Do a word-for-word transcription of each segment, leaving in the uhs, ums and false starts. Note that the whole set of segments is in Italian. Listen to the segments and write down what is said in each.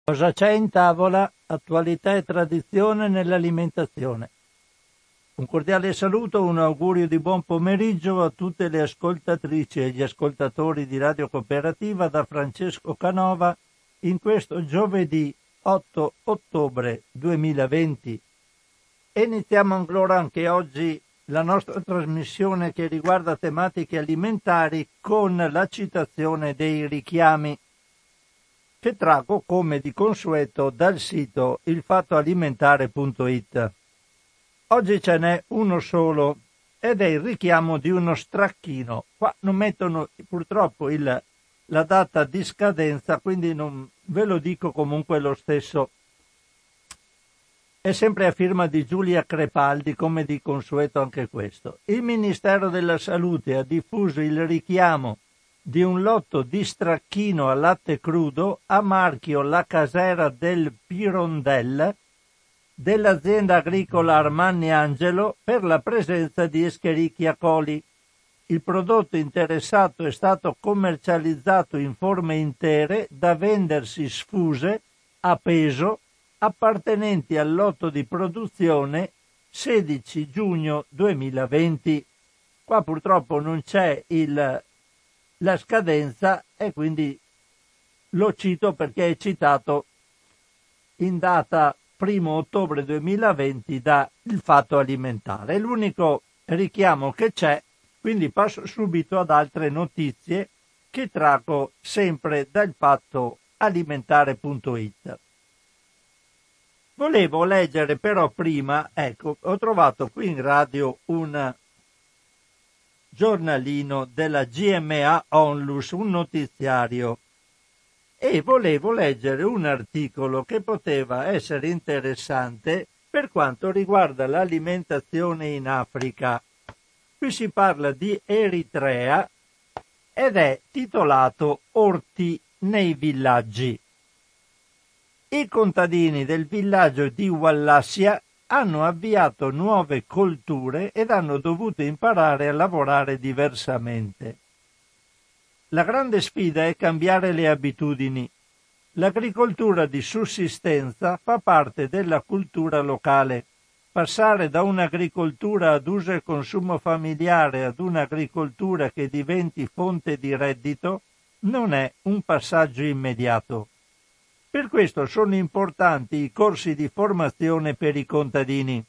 Cosa c'è in tavola? Attualità e tradizione nell'alimentazione. Un cordiale saluto, un augurio di buon pomeriggio a tutte le ascoltatrici e gli ascoltatori di Radio Cooperativa da Francesco Canova in questo giovedì otto ottobre duemilaventi. E iniziamo ancora anche oggi la nostra trasmissione che riguarda tematiche alimentari con la citazione dei richiami che traggo come di consueto dal sito il fatto alimentare punto it. Oggi ce n'è uno solo ed è il richiamo di uno stracchino. Qua non mettono purtroppo il, la data di scadenza, quindi non ve lo dico comunque lo stesso. È sempre a firma di Giulia Crepaldi, come di consueto anche questo. Il Ministero della Salute ha diffuso il richiamo di un lotto di stracchino a latte crudo a marchio La Casera del Pirondel dell'azienda agricola Armani Angelo per la presenza di Escherichia coli. Il prodotto interessato è stato commercializzato in forme intere da vendersi sfuse a peso appartenenti al lotto di produzione sedici giugno duemilaventi. Qua purtroppo non c'è il, la scadenza e quindi lo cito perché è citato in data primo ottobre duemilaventi da Il Fatto Alimentare. È l'unico richiamo che c'è, quindi passo subito ad altre notizie che traggo sempre dal fatto alimentare punto it. Volevo leggere però prima, ecco, ho trovato qui in radio un giornalino della G M A Onlus, un notiziario, e volevo leggere un articolo che poteva essere interessante per quanto riguarda l'alimentazione in Africa. Qui si parla di Eritrea ed è titolato Orti nei villaggi. I contadini del villaggio di Wallassia hanno avviato nuove colture ed hanno dovuto imparare a lavorare diversamente. La grande sfida è cambiare le abitudini. L'agricoltura di sussistenza fa parte della cultura locale. Passare da un'agricoltura ad uso e consumo familiare ad un'agricoltura che diventi fonte di reddito non è un passaggio immediato. Per questo sono importanti i corsi di formazione per i contadini.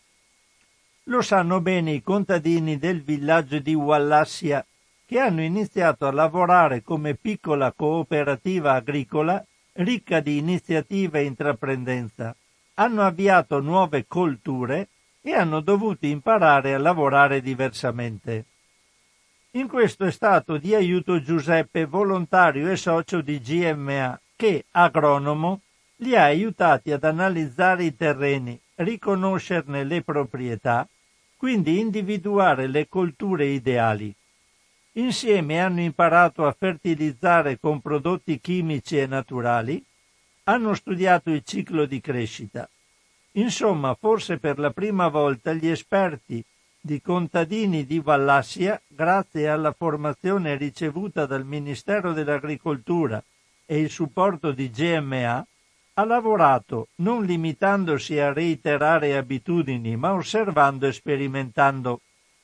Lo sanno bene i contadini del villaggio di Wallassia, che hanno iniziato a lavorare come piccola cooperativa agricola ricca di iniziativa e intraprendenza. Hanno avviato nuove colture e hanno dovuto imparare a lavorare diversamente. In questo è stato di aiuto Giuseppe, volontario e socio di G M A, che, agronomo, li ha aiutati ad analizzare i terreni, riconoscerne le proprietà, quindi individuare le colture ideali. Insieme hanno imparato a fertilizzare con prodotti chimici e naturali, hanno studiato il ciclo di crescita. Insomma, forse per la prima volta gli esperti di contadini di Wallassia, grazie alla formazione ricevuta dal Ministero dell'Agricoltura e il supporto di G M A, ha lavorato non limitandosi a reiterare abitudini, ma osservando e sperimentando.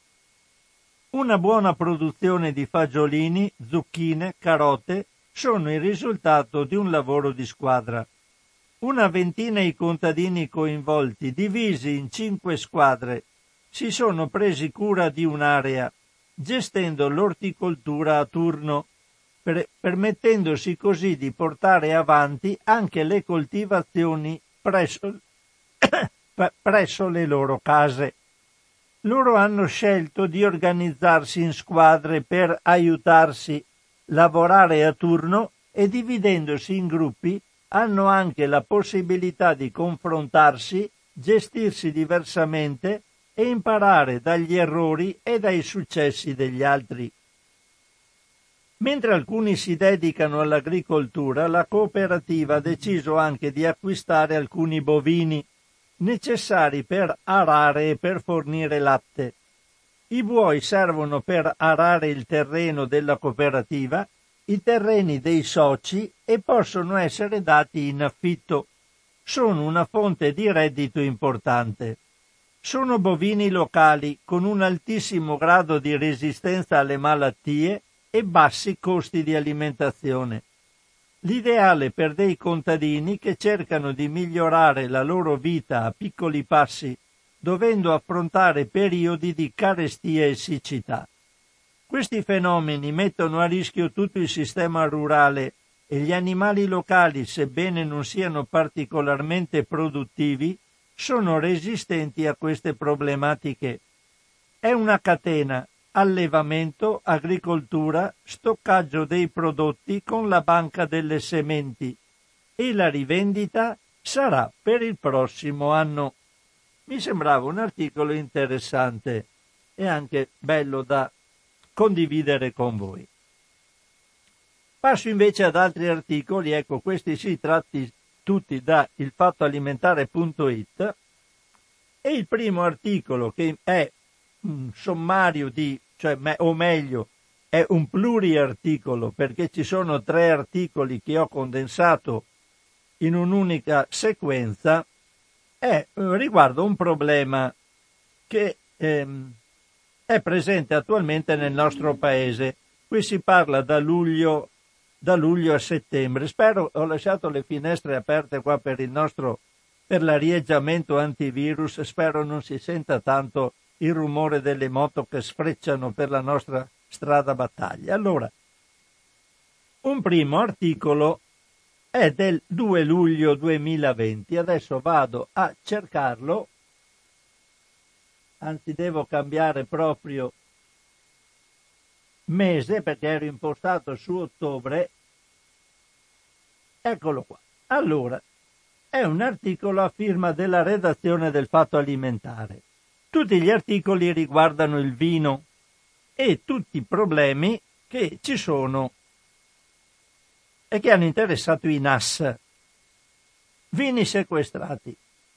Una buona produzione di fagiolini, zucchine, carote sono il risultato di un lavoro di squadra. Una ventina i contadini coinvolti, divisi in cinque squadre, si sono presi cura di un'area, gestendo l'orticoltura a turno, per, permettendosi così di portare avanti anche le coltivazioni presso, presso le loro case. Loro hanno scelto di organizzarsi in squadre per aiutarsi, lavorare a turno e dividendosi in gruppi hanno anche la possibilità di confrontarsi, gestirsi diversamente e imparare dagli errori e dai successi degli altri. Mentre alcuni si dedicano all'agricoltura, la cooperativa ha deciso anche di acquistare alcuni bovini necessari per arare e per fornire latte. I buoi servono per arare il terreno della cooperativa i terreni dei soci e possono essere dati in affitto. Sono una fonte di reddito importante. Sono bovini locali con un altissimo grado di resistenza alle malattie e bassi costi di alimentazione. L'ideale per dei contadini che cercano di migliorare la loro vita a piccoli passi, dovendo affrontare periodi di carestia e siccità. Questi fenomeni mettono a rischio tutto il sistema rurale e gli animali locali, sebbene non siano particolarmente produttivi, sono resistenti a queste problematiche. È una catena: allevamento, agricoltura, stoccaggio dei prodotti con la banca delle sementi, e la rivendita sarà per il prossimo anno. Mi sembrava un articolo interessante e anche bello da condividere con voi. Passo invece ad altri articoli, ecco, questi sì, tratti tutti da il fatto alimentare punto it, e il primo articolo, che è un sommario di, cioè, o meglio, è un pluriarticolo, perché ci sono tre articoli che ho condensato in un'unica sequenza, è riguardo un problema che ehm, è presente attualmente nel nostro paese. Qui si parla da luglio, da luglio a settembre. Spero, ho lasciato le finestre aperte qua per il nostro, per l'arieggiamento antivirus, spero non si senta tanto il rumore delle moto che sfrecciano per la nostra strada battaglia. Allora, un primo articolo è del due luglio duemilaventi, adesso vado a cercarlo, anzi devo cambiare proprio mese perché ero impostato su ottobre. Eccolo qua. Allora, è un articolo a firma della redazione del Fatto Alimentare. Tutti gli articoli riguardano il vino e tutti i problemi che ci sono e che hanno interessato i N A S. Vini sequestrati.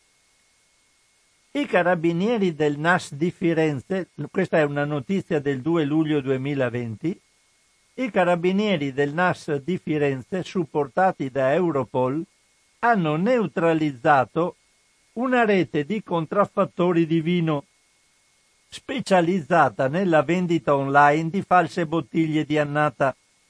I carabinieri del N A S di Firenze, questa è una notizia del due luglio duemilaventi, i carabinieri del N A S di Firenze, supportati da Europol, hanno neutralizzato una rete di contraffattori di vino specializzata nella vendita online di false bottiglie di annata.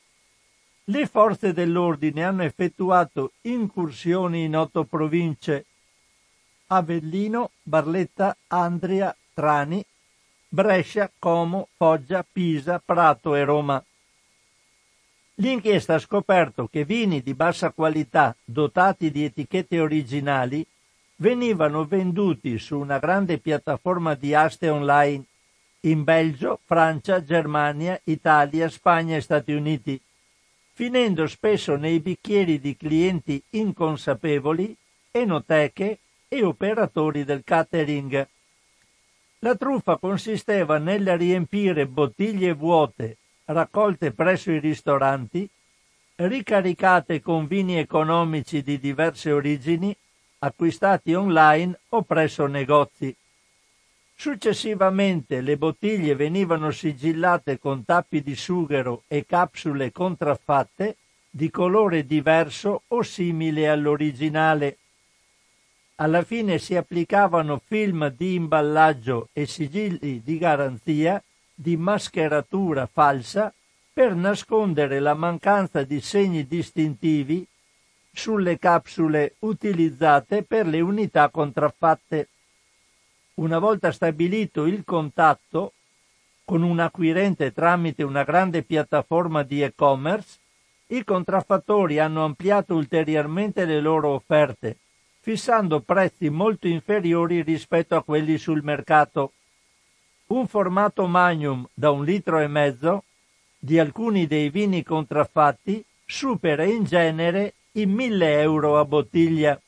Le forze dell'ordine hanno effettuato incursioni in otto province: Avellino, Barletta, Andria, Trani, Brescia, Como, Foggia, Pisa, Prato e Roma. L'inchiesta ha scoperto che vini di bassa qualità, dotati di etichette originali, venivano venduti su una grande piattaforma di aste online in Belgio, Francia, Germania, Italia, Spagna e Stati Uniti, finendo spesso nei bicchieri di clienti inconsapevoli, enoteche e operatori del catering. La truffa consisteva nel riempire bottiglie vuote raccolte presso i ristoranti, ricaricate con vini economici di diverse origini, acquistati online o presso negozi. Successivamente le bottiglie venivano sigillate con tappi di sughero e capsule contraffatte di colore diverso o simile all'originale. Alla fine si applicavano film di imballaggio e sigilli di garanzia di mascheratura falsa per nascondere la mancanza di segni distintivi sulle capsule utilizzate per le unità contraffatte. Una volta stabilito il contatto con un acquirente tramite una grande piattaforma di e-commerce, i contraffattori hanno ampliato ulteriormente le loro offerte, fissando prezzi molto inferiori rispetto a quelli sul mercato. Un formato magnum da un litro e mezzo di alcuni dei vini contraffatti supera in genere i mille euro a bottiglia.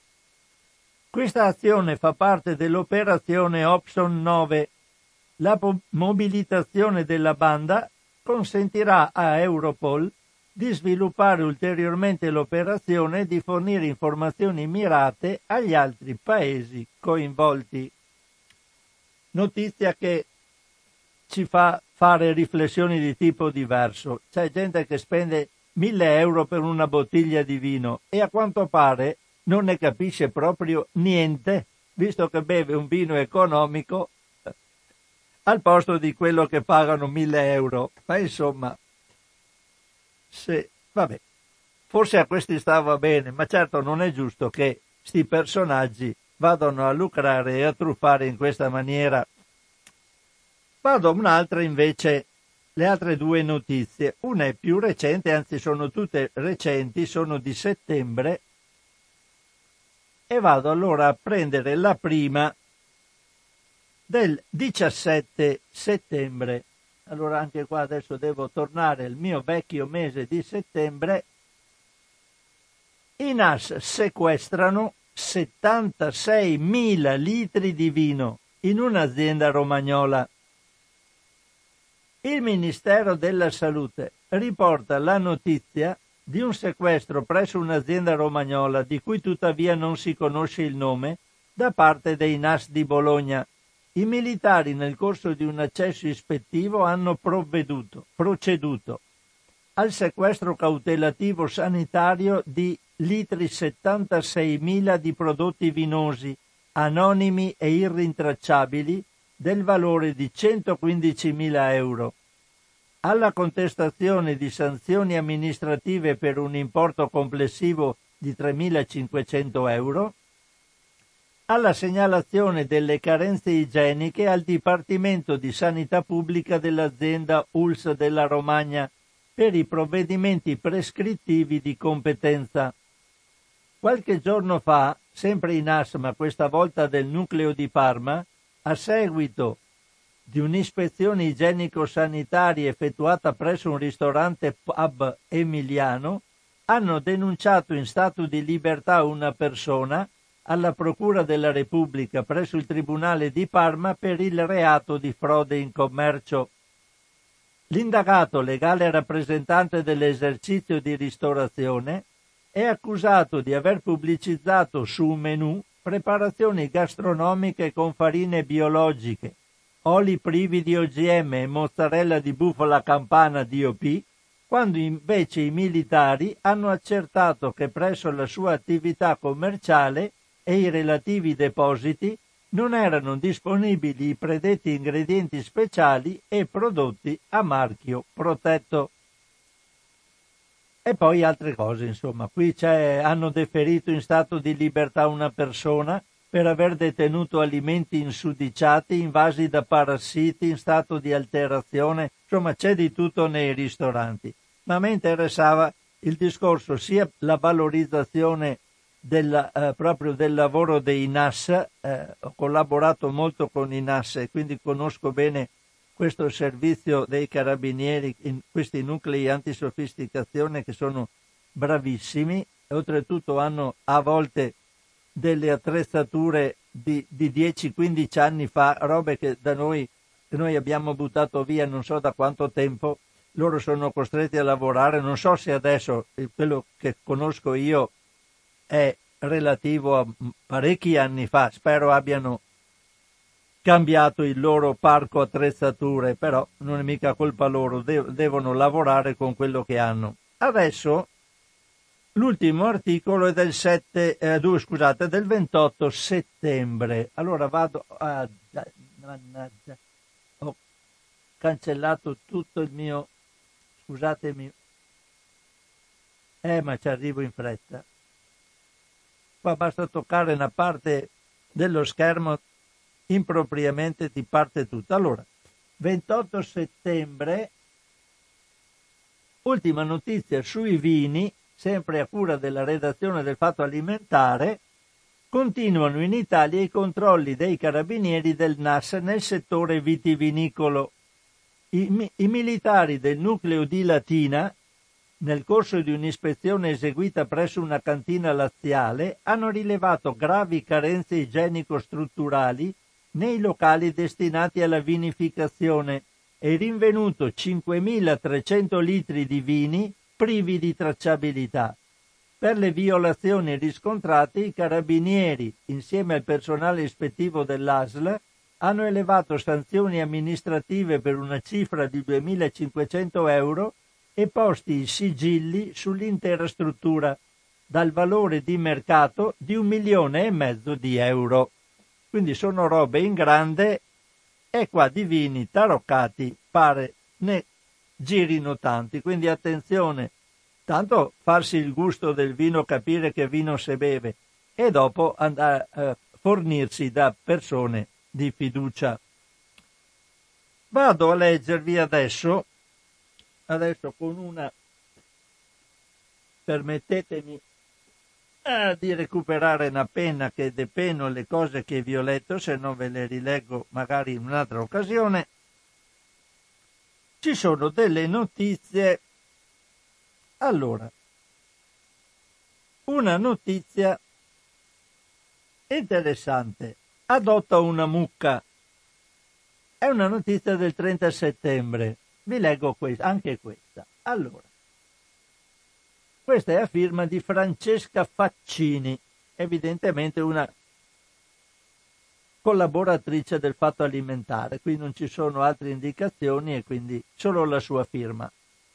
Questa azione fa parte dell'operazione Opson nove. La po- mobilitazione della banda consentirà a Europol di sviluppare ulteriormente l'operazione e di fornire informazioni mirate agli altri paesi coinvolti. Notizia che ci fa fare riflessioni di tipo diverso. C'è gente che spende mille euro per una bottiglia di vino e a quanto pare non ne capisce proprio niente, visto che beve un vino economico al posto di quello che pagano mille euro. Ma insomma, se, vabbè, forse a questi stava bene, ma certo non è giusto che sti personaggi vadano a lucrare e a truffare in questa maniera. Vado a un'altra invece, le altre due notizie. Una è più recente, anzi sono tutte recenti, sono di settembre, e vado allora a prendere la prima del diciassette settembre. Allora anche qua adesso devo tornare al mio vecchio mese di settembre. I N A S sequestrano settantaseimila litri di vino in un'azienda romagnola. Il Ministero della Salute riporta la notizia di un sequestro presso un'azienda romagnola di cui tuttavia non si conosce il nome da parte dei N A S di Bologna. I militari nel corso di un accesso ispettivo hanno provveduto, proceduto al sequestro cautelativo sanitario di litri settantaseimila di prodotti vinosi, anonimi e irrintracciabili, del valore di centoquindicimila euro. Alla contestazione di sanzioni amministrative per un importo complessivo di tremilacinquecento euro, alla segnalazione delle carenze igieniche al Dipartimento di Sanità Pubblica dell'azienda U L S della Romagna per i provvedimenti prescrittivi di competenza. Qualche giorno fa, sempre in A S M, ma questa volta del nucleo di Parma, a seguito di un'ispezione igienico-sanitaria effettuata presso un ristorante pub emiliano, hanno denunciato in stato di libertà una persona alla Procura della Repubblica presso il Tribunale di Parma per il reato di frode in commercio. L'indagato, legale rappresentante dell'esercizio di ristorazione, è accusato di aver pubblicizzato su un menù preparazioni gastronomiche con farine biologiche, oli privi di O G M e mozzarella di bufala campana D O P, quando invece i militari hanno accertato che presso la sua attività commerciale e i relativi depositi non erano disponibili i predetti ingredienti speciali e prodotti a marchio protetto. E poi altre cose, insomma. Qui c'è, hanno deferito in stato di libertà una persona per aver detenuto alimenti insudiciati, invasi da parassiti, in stato di alterazione. Insomma, c'è di tutto nei ristoranti. Ma a me interessava il discorso, sia la valorizzazione Del, eh, proprio del lavoro dei N A S. Eh, ho collaborato molto con i N A S e quindi conosco bene questo servizio dei carabinieri in questi nuclei antisofisticazione che sono bravissimi e oltretutto hanno a volte delle attrezzature di, di dieci quindici anni fa, robe che da noi, che noi abbiamo buttato via non so da quanto tempo. Loro sono costretti a lavorare, non so se adesso quello che conosco io è relativo a parecchi anni fa, spero abbiano cambiato il loro parco attrezzature, però non è mica colpa loro, de- devono lavorare con quello che hanno. Adesso l'ultimo articolo è del sette, eh, due, scusate, del ventotto settembre. Allora vado a mannaggia, ho cancellato tutto il mio, scusatemi, eh ma ci arrivo in fretta. Qua basta toccare una parte dello schermo, impropriamente ti parte tutto. Allora, ventotto settembre, ultima notizia sui vini, sempre a cura della redazione del Fatto Alimentare. Continuano in Italia i controlli dei carabinieri del N A S nel settore vitivinicolo. I, i militari del nucleo di Latina, nel corso di un'ispezione eseguita presso una cantina laziale, hanno rilevato gravi carenze igienico-strutturali nei locali destinati alla vinificazione e rinvenuto cinquemilatrecento litri di vini privi di tracciabilità. Per le violazioni riscontrate, i carabinieri, insieme al personale ispettivo dell'A S L, hanno elevato sanzioni amministrative per una cifra di duemilacinquecento euro e posti i sigilli sull'intera struttura, dal valore di mercato di un milione e mezzo di euro. Quindi sono robe in grande e qua di vini taroccati pare ne girino tanti, quindi attenzione, tanto farsi il gusto del vino, capire che vino si beve e dopo andare a fornirsi da persone di fiducia. Vado a leggervi adesso, adesso con una, permettetemi eh, di recuperare una penna che depeno le cose che vi ho letto, se no ve le rileggo magari in un'altra occasione. Ci sono delle notizie. Allora, una notizia interessante. Adotta una mucca. È una notizia del trenta settembre. Vi leggo questa, anche questa. Allora, questa è a firma di Francesca Faccini, evidentemente una collaboratrice del Fatto Alimentare. Qui non ci sono altre indicazioni e quindi solo la sua firma.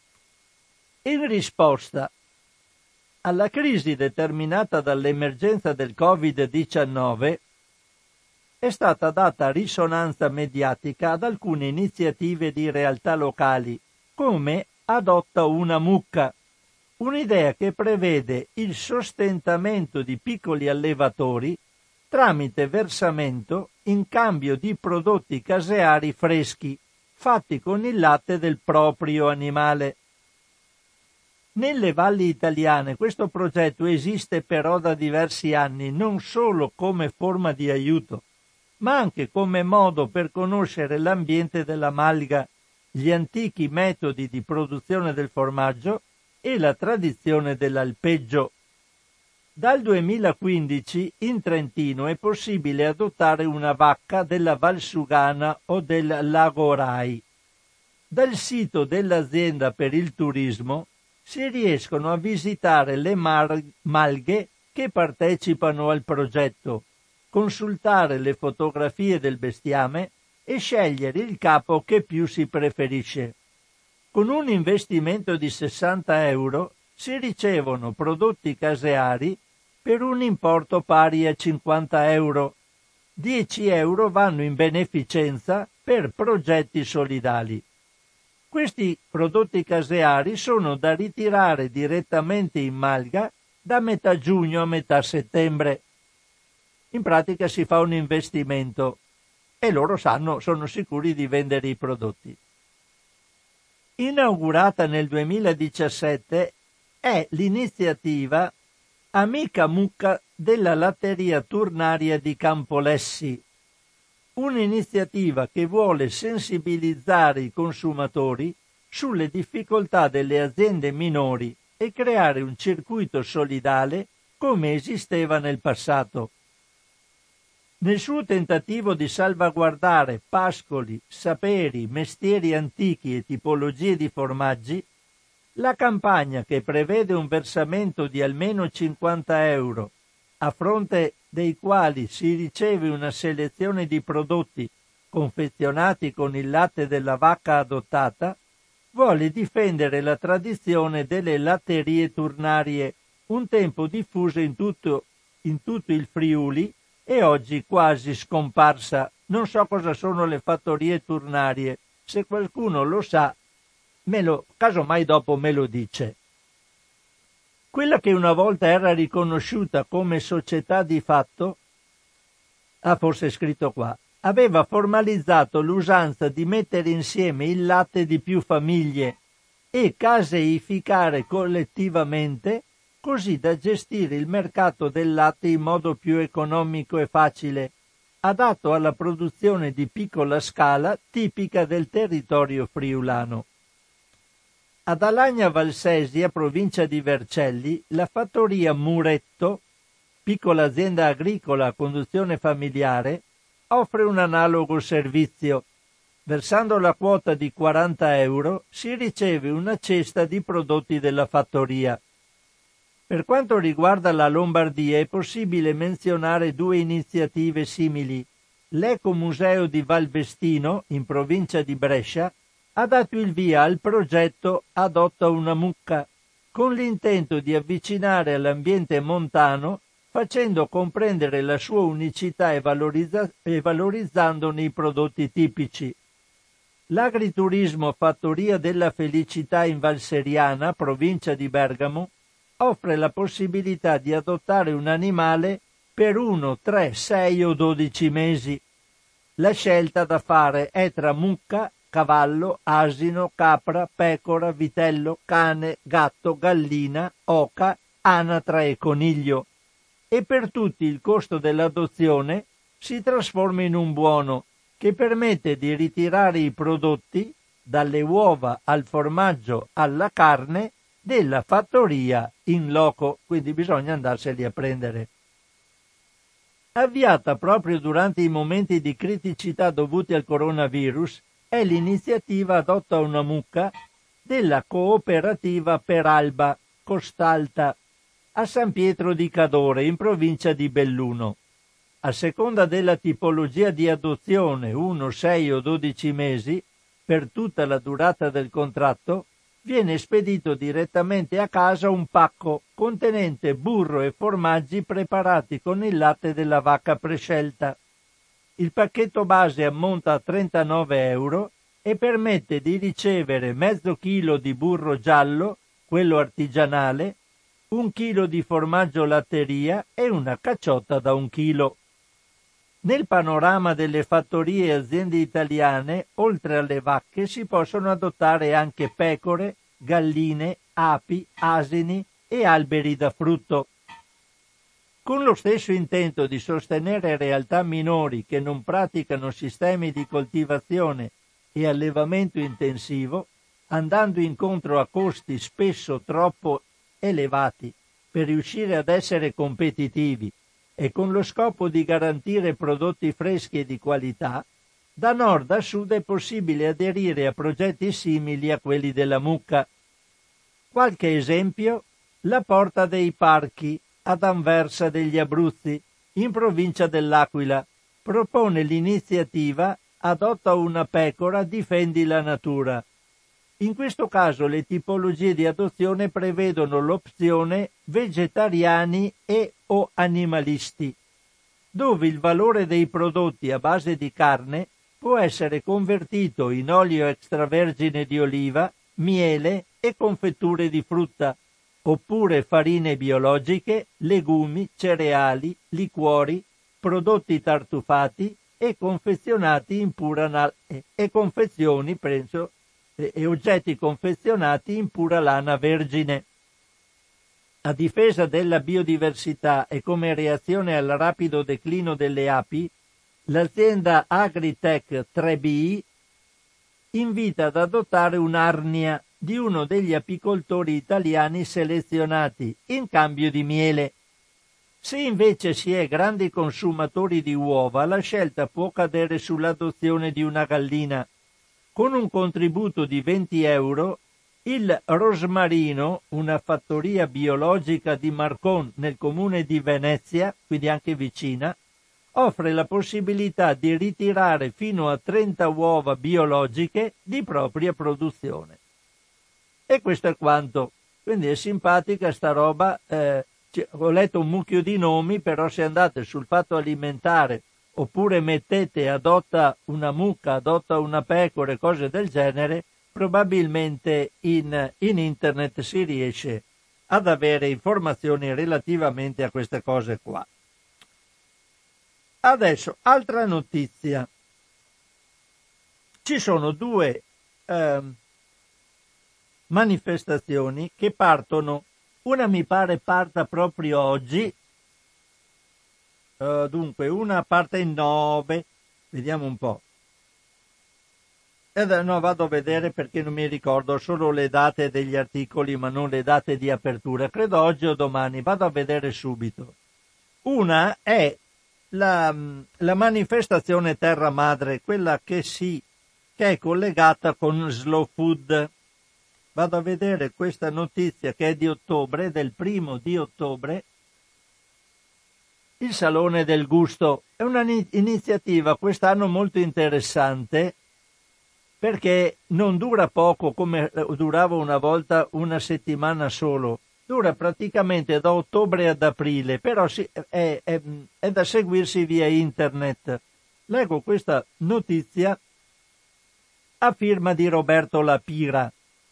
In risposta alla crisi determinata dall'emergenza del covid diciannove è stata data risonanza mediatica ad alcune iniziative di realtà locali, come Adotta una mucca, un'idea che prevede il sostentamento di piccoli allevatori tramite versamento in cambio di prodotti caseari freschi, fatti con il latte del proprio animale. Nelle valli italiane questo progetto esiste però da diversi anni, non solo come forma di aiuto, ma anche come modo per conoscere l'ambiente della malga, gli antichi metodi di produzione del formaggio e la tradizione dell'alpeggio. Dal duemilaquindici in Trentino è possibile adottare una vacca della Valsugana o del Lago Rai. Dal sito dell'azienda per il turismo si riescono a visitare le mar- malghe che partecipano al progetto, consultare le fotografie del bestiame e scegliere il capo che più si preferisce. Con un investimento di sessanta euro si ricevono prodotti caseari per un importo pari a cinquanta euro. dieci euro vanno in beneficenza per progetti solidali. Questi prodotti caseari sono da ritirare direttamente in malga da metà giugno a metà settembre. In pratica si fa un investimento e loro sanno, sono sicuri di vendere i prodotti. Inaugurata nel duemiladiciassette è l'iniziativa Amica Mucca della Latteria Turnaria di Campolessi, un'iniziativa che vuole sensibilizzare i consumatori sulle difficoltà delle aziende minori e creare un circuito solidale come esisteva nel passato. Nel suo tentativo di salvaguardare pascoli, saperi, mestieri antichi e tipologie di formaggi, la campagna, che prevede un versamento di almeno cinquanta euro, a fronte dei quali si riceve una selezione di prodotti confezionati con il latte della vacca adottata, vuole difendere la tradizione delle latterie turnarie, un tempo diffuse in tutto, in tutto il Friuli e oggi quasi scomparsa. Non so cosa sono le fattorie turnarie, se qualcuno lo sa, me lo, casomai dopo me lo dice. Quella che una volta era riconosciuta come società di fatto, ah forse è scritto qua, aveva formalizzato l'usanza di mettere insieme il latte di più famiglie e caseificare collettivamente, così da gestire il mercato del latte in modo più economico e facile, adatto alla produzione di piccola scala tipica del territorio friulano. Ad Alagna Valsesia, provincia di Vercelli, la fattoria Muretto, piccola azienda agricola a conduzione familiare, offre un analogo servizio. Versando la quota di quaranta euro si riceve una cesta di prodotti della fattoria. Per quanto riguarda la Lombardia è possibile menzionare due iniziative simili: l'Ecomuseo di Valvestino, in provincia di Brescia, ha dato il via al progetto Adotta una mucca, con l'intento di avvicinare all'ambiente montano, facendo comprendere la sua unicità e, valorizza- e valorizzandone i prodotti tipici. L'agriturismo Fattoria della Felicità in Valseriana, provincia di Bergamo, offre la possibilità di adottare un animale per uno, tre, sei o dodici mesi. La scelta da fare è tra mucca, cavallo, asino, capra, pecora, vitello, cane, gatto, gallina, oca, anatra e coniglio. E per tutti il costo dell'adozione si trasforma in un buono che permette di ritirare i prodotti, dalle uova al formaggio alla carne, della fattoria in loco, quindi bisogna andarseli a prendere. Avviata proprio durante i momenti di criticità dovuti al coronavirus, è l'iniziativa Adotta una mucca della cooperativa Peralba Costalta a San Pietro di Cadore, in provincia di Belluno. A seconda della tipologia di adozione, uno, sei o dodici mesi, per tutta la durata del contratto, viene spedito direttamente a casa un pacco contenente burro e formaggi preparati con il latte della vacca prescelta. Il pacchetto base ammonta a trentanove euro e permette di ricevere mezzo chilo di burro giallo, quello artigianale, un chilo di formaggio latteria e una cacciotta da un chilo. Nel panorama delle fattorie e aziende italiane, oltre alle vacche, si possono adottare anche pecore, galline, api, asini e alberi da frutto. Con lo stesso intento di sostenere realtà minori che non praticano sistemi di coltivazione e allevamento intensivo, andando incontro a costi spesso troppo elevati per riuscire ad essere competitivi, e con lo scopo di garantire prodotti freschi e di qualità, da nord a sud è possibile aderire a progetti simili a quelli della mucca. Qualche esempio: la Porta dei Parchi ad Anversa degli Abruzzi, in provincia dell'Aquila, propone l'iniziativa Adotta una pecora, difendi la natura. In questo caso le tipologie di adozione prevedono l'opzione vegetariani e o animalisti, dove il valore dei prodotti a base di carne può essere convertito in olio extravergine di oliva, miele e confetture di frutta, oppure farine biologiche, legumi, cereali, liquori, prodotti tartufati e confezionati in pura na- e confezioni, penso, e oggetti confezionati in pura lana vergine. A difesa della biodiversità e come reazione al rapido declino delle api, l'azienda Agritech tre B invita ad adottare un'arnia di uno degli apicoltori italiani selezionati in cambio di miele. Se invece si è grandi consumatori di uova, la scelta può cadere sull'adozione di una gallina. Con un contributo di venti euro, il Rosmarino, una fattoria biologica di Marcon nel comune di Venezia, quindi anche vicina, offre la possibilità di ritirare fino a trenta uova biologiche di propria produzione. E questo è quanto. Quindi è simpatica sta roba. Eh, ho letto un mucchio di nomi, però se andate sul Fatto Alimentare oppure mettete adotta una mucca, adotta una pecora e cose del genere, probabilmente in, in internet si riesce ad avere informazioni relativamente a queste cose qua. Adesso, altra notizia. Ci sono due eh, manifestazioni che partono, una mi pare parta proprio oggi. Uh, dunque, una parte in nove, vediamo un po'. Ed no, vado a vedere perché non mi ricordo solo le date degli articoli, ma non le date di apertura. Credo oggi o domani, vado a vedere subito. Una è la, la manifestazione Terra Madre, quella che si che è collegata con Slow Food. Vado a vedere questa notizia che è di ottobre, del primo di ottobre. il Salone del Gusto. È un'iniziativa quest'anno molto interessante perché non dura poco come durava una volta, una settimana solo. Dura praticamente da ottobre ad aprile, però si, è, è, è da seguirsi via internet. Leggo questa notizia a firma di Roberto Lapira.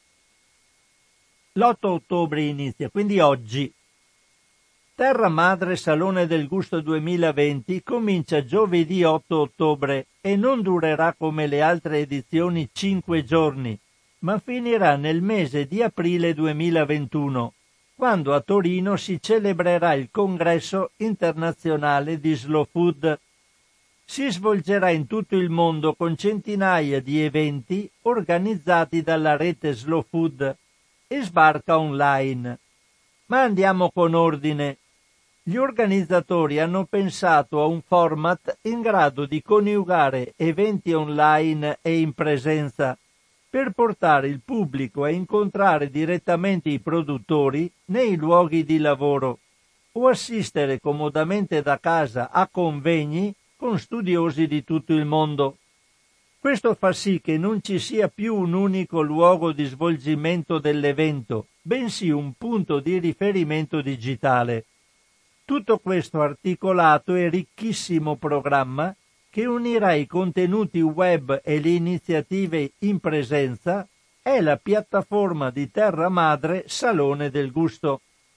L'otto ottobre inizia, quindi oggi. Terra Madre Salone del Gusto duemilaventi comincia giovedì otto ottobre e non durerà come le altre edizioni cinque giorni, ma finirà nel mese di aprile duemilaventuno, quando a Torino si celebrerà il congresso internazionale di Slow Food. Si svolgerà in tutto il mondo con centinaia di eventi organizzati dalla rete Slow Food e sbarca online. Ma andiamo con ordine. Gli organizzatori hanno pensato a un format in grado di coniugare eventi online e in presenza per portare il pubblico a incontrare direttamente i produttori nei luoghi di lavoro o assistere comodamente da casa a convegni con studiosi di tutto il mondo. Questo fa sì che non ci sia più un unico luogo di svolgimento dell'evento, bensì un punto di riferimento digitale. Tutto questo articolato e ricchissimo programma che unirà i contenuti web e le iniziative in presenza è la piattaforma di Terra Madre Salone del Gusto.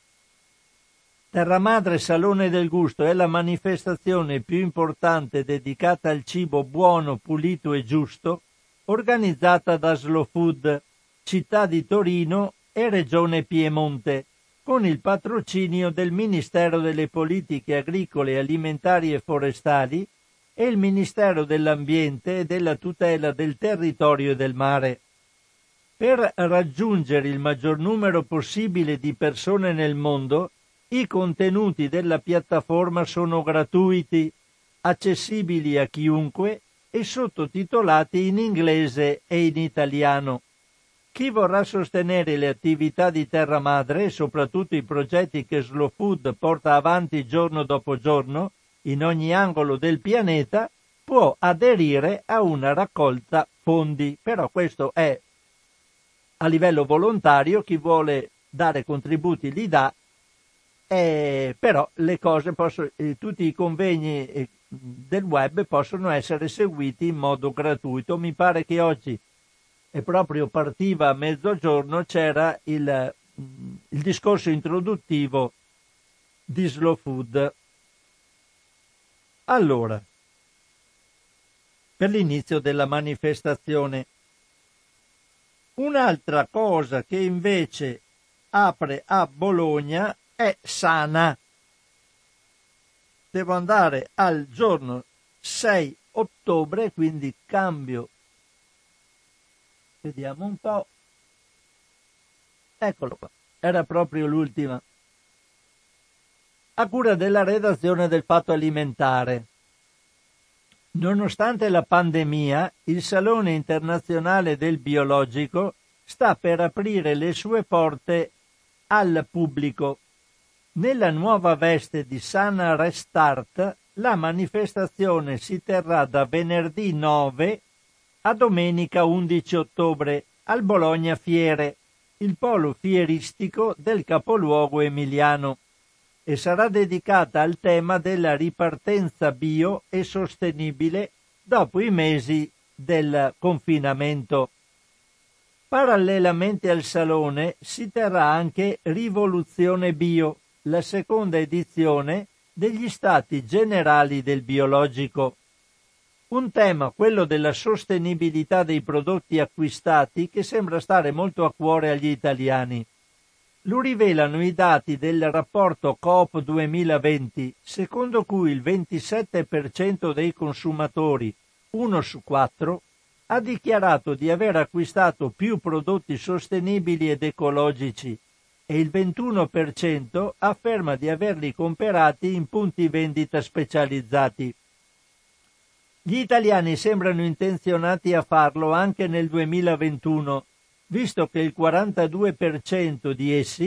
Terra Madre Salone del Gusto è la manifestazione più importante dedicata al cibo buono, pulito e giusto, organizzata da Slow Food, città di Torino e Regione Piemonte, con il patrocinio del Ministero delle Politiche Agricole, Alimentari e Forestali e il Ministero dell'Ambiente e della Tutela del Territorio e del Mare. Per raggiungere il maggior numero possibile di persone nel mondo, i contenuti della piattaforma sono gratuiti, accessibili a chiunque e sottotitolati in inglese e in italiano. Chi vorrà sostenere le attività di Terra Madre e soprattutto i progetti che Slow Food porta avanti giorno dopo giorno in ogni angolo del pianeta può aderire a una raccolta fondi. Però questo è a livello volontario, chi vuole dare contributi li dà. Eh, però le cose possono, eh, tutti i convegni eh, del web possono essere seguiti in modo gratuito. Mi pare che oggi e proprio partiva a mezzogiorno, c'era il, il discorso introduttivo di Slow Food. Allora, per l'inizio della manifestazione, un'altra cosa che invece apre a Bologna è Sana. Devo andare al giorno sei ottobre, quindi cambio. Vediamo un po'. Eccolo qua. Era proprio l'ultima. A cura della redazione del Fatto Alimentare. Nonostante la pandemia, il Salone Internazionale del Biologico sta per aprire le sue porte al pubblico. Nella nuova veste di Sana Restart, la manifestazione si terrà da venerdì nove a domenica undici ottobre al Bologna Fiere, il polo fieristico del capoluogo emiliano, e sarà dedicata al tema della ripartenza bio e sostenibile dopo i mesi del confinamento. Parallelamente al salone si terrà anche Rivoluzione Bio, la seconda edizione degli Stati Generali del Biologico. Un tema, quello della sostenibilità dei prodotti acquistati, che sembra stare molto a cuore agli italiani. Lo rivelano i dati del rapporto Coop duemilaventi, secondo cui il ventisette per cento dei consumatori, uno su quattro, ha dichiarato di aver acquistato più prodotti sostenibili ed ecologici e il ventuno per cento afferma di averli comprati in punti vendita specializzati. Gli italiani sembrano intenzionati a farlo anche nel duemilaventuno, visto che il quarantadue per cento di essi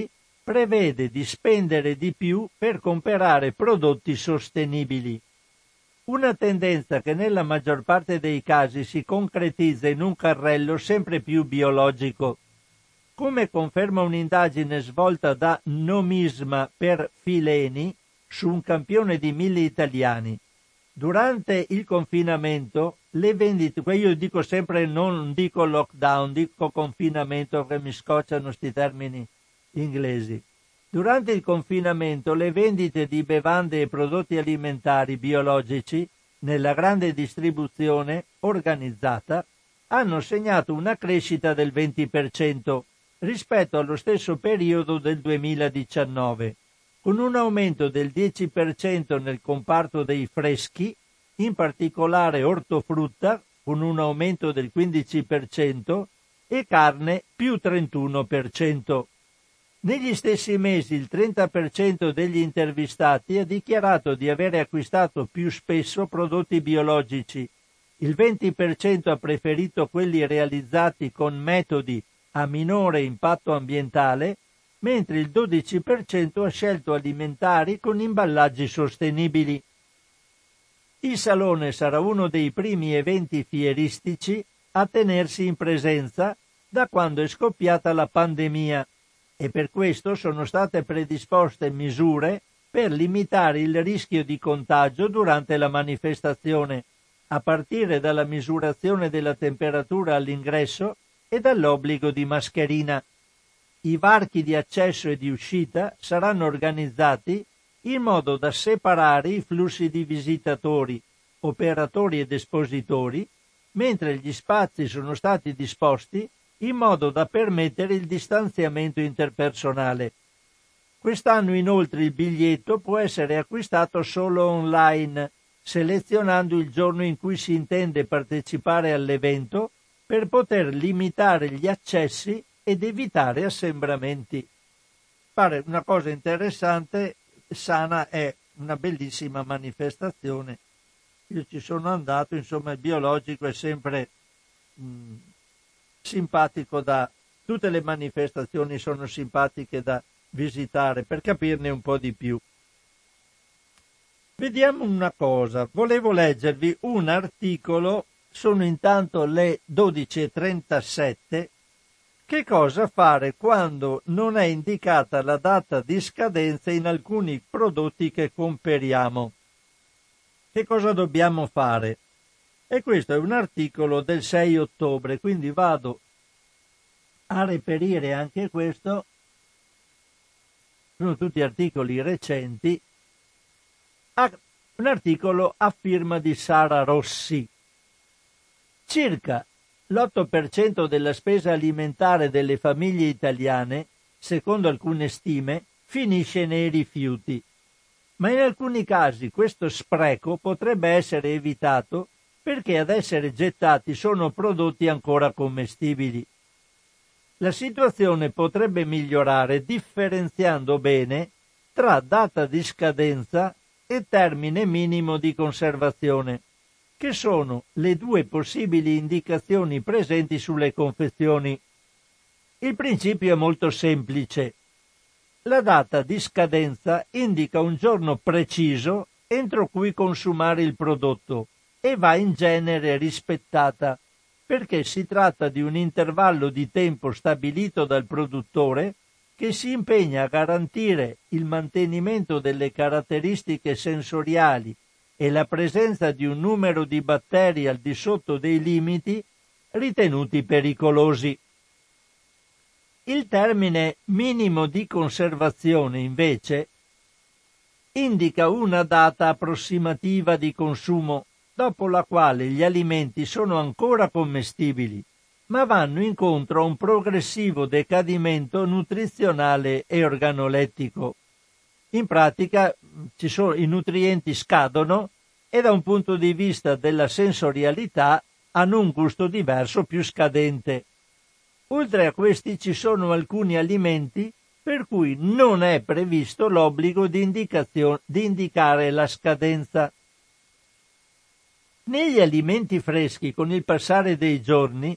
prevede di spendere di più per comprare prodotti sostenibili. Una tendenza che nella maggior parte dei casi si concretizza in un carrello sempre più biologico. Come conferma un'indagine svolta da Nomisma per Fileni su un campione di mille italiani, durante il confinamento le vendite, io dico sempre non dico lockdown, dico confinamento perché mi scocciano sti termini inglesi. Durante il confinamento le vendite di bevande e prodotti alimentari biologici nella grande distribuzione organizzata hanno segnato una crescita del venti per cento rispetto allo stesso periodo del duemiladiciannove, con un aumento del dieci per cento nel comparto dei freschi, in particolare ortofrutta con un aumento del quindici per cento e carne più trentuno per cento. Negli stessi mesi il trenta per cento degli intervistati ha dichiarato di avere acquistato più spesso prodotti biologici, il venti per cento ha preferito quelli realizzati con metodi a minore impatto ambientale, mentre il dodici per cento ha scelto alimentari con imballaggi sostenibili. Il Salone sarà uno dei primi eventi fieristici a tenersi in presenza da quando è scoppiata la pandemia, e per questo sono state predisposte misure per limitare il rischio di contagio durante la manifestazione, a partire dalla misurazione della temperatura all'ingresso e dall'obbligo di mascherina. I varchi di accesso e di uscita saranno organizzati in modo da separare i flussi di visitatori, operatori ed espositori, mentre gli spazi sono stati disposti in modo da permettere il distanziamento interpersonale. Quest'anno inoltre il biglietto può essere acquistato solo online, selezionando il giorno in cui si intende partecipare all'evento per poter limitare gli accessi ed evitare assembramenti. Pare una cosa interessante. Sana è una bellissima manifestazione. Io ci sono andato, insomma il biologico è sempre mh, simpatico da tutte le manifestazioni sono simpatiche da visitare per capirne un po' di più. Vediamo una cosa, volevo leggervi un articolo, sono intanto le dodici e trentasette. Che cosa fare quando non è indicata la data di scadenza in alcuni prodotti che comperiamo? Che cosa dobbiamo fare? E questo è un articolo del sei ottobre, quindi vado a reperire anche questo. Sono tutti articoli recenti. Un articolo a firma di Sara Rossi. Circa l'otto per cento della spesa alimentare delle famiglie italiane, secondo alcune stime, finisce nei rifiuti. Ma in alcuni casi questo spreco potrebbe essere evitato perché ad essere gettati sono prodotti ancora commestibili. La situazione potrebbe migliorare differenziando bene tra data di scadenza e termine minimo di conservazione, che sono le due possibili indicazioni presenti sulle confezioni. Il principio è molto semplice. La data di scadenza indica un giorno preciso entro cui consumare il prodotto e va in genere rispettata, perché si tratta di un intervallo di tempo stabilito dal produttore che si impegna a garantire il mantenimento delle caratteristiche sensoriali e la presenza di un numero di batteri al di sotto dei limiti ritenuti pericolosi. Il termine minimo di conservazione, invece, indica una data approssimativa di consumo, dopo la quale gli alimenti sono ancora commestibili, ma vanno incontro a un progressivo decadimento nutrizionale e organolettico. In pratica ci sono, i nutrienti scadono e da un punto di vista della sensorialità hanno un gusto diverso, più scadente. Oltre a questi ci sono alcuni alimenti per cui non è previsto l'obbligo di, indicazione, di indicare la scadenza. Negli alimenti freschi, con il passare dei giorni,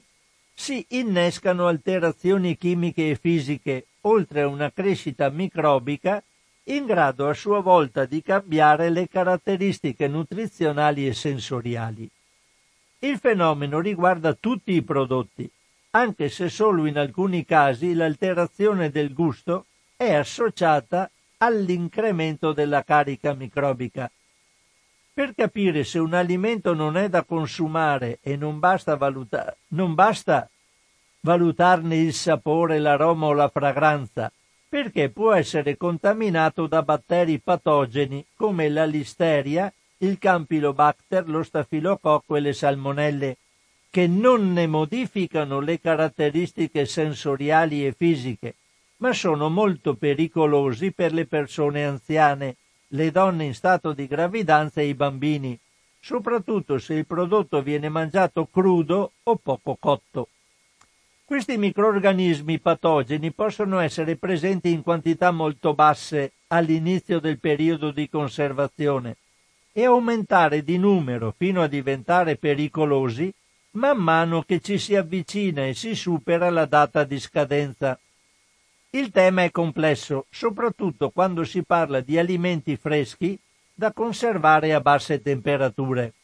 si innescano alterazioni chimiche e fisiche, oltre a una crescita microbica in grado a sua volta di cambiare le caratteristiche nutrizionali e sensoriali. Il fenomeno riguarda tutti i prodotti, anche se solo in alcuni casi l'alterazione del gusto è associata all'incremento della carica microbica. Per capire se un alimento non è da consumare e non basta, valuta- non basta valutarne il sapore, l'aroma o la fragranza, perché può essere contaminato da batteri patogeni come la listeria, il campylobacter, lo stafilococco e le salmonelle, che non ne modificano le caratteristiche sensoriali e fisiche, ma sono molto pericolosi per le persone anziane, le donne in stato di gravidanza e i bambini, soprattutto se il prodotto viene mangiato crudo o poco cotto. Questi microrganismi patogeni possono essere presenti in quantità molto basse all'inizio del periodo di conservazione e aumentare di numero fino a diventare pericolosi man mano che ci si avvicina e si supera la data di scadenza. Il tema è complesso, soprattutto quando si parla di alimenti freschi da conservare a basse temperature.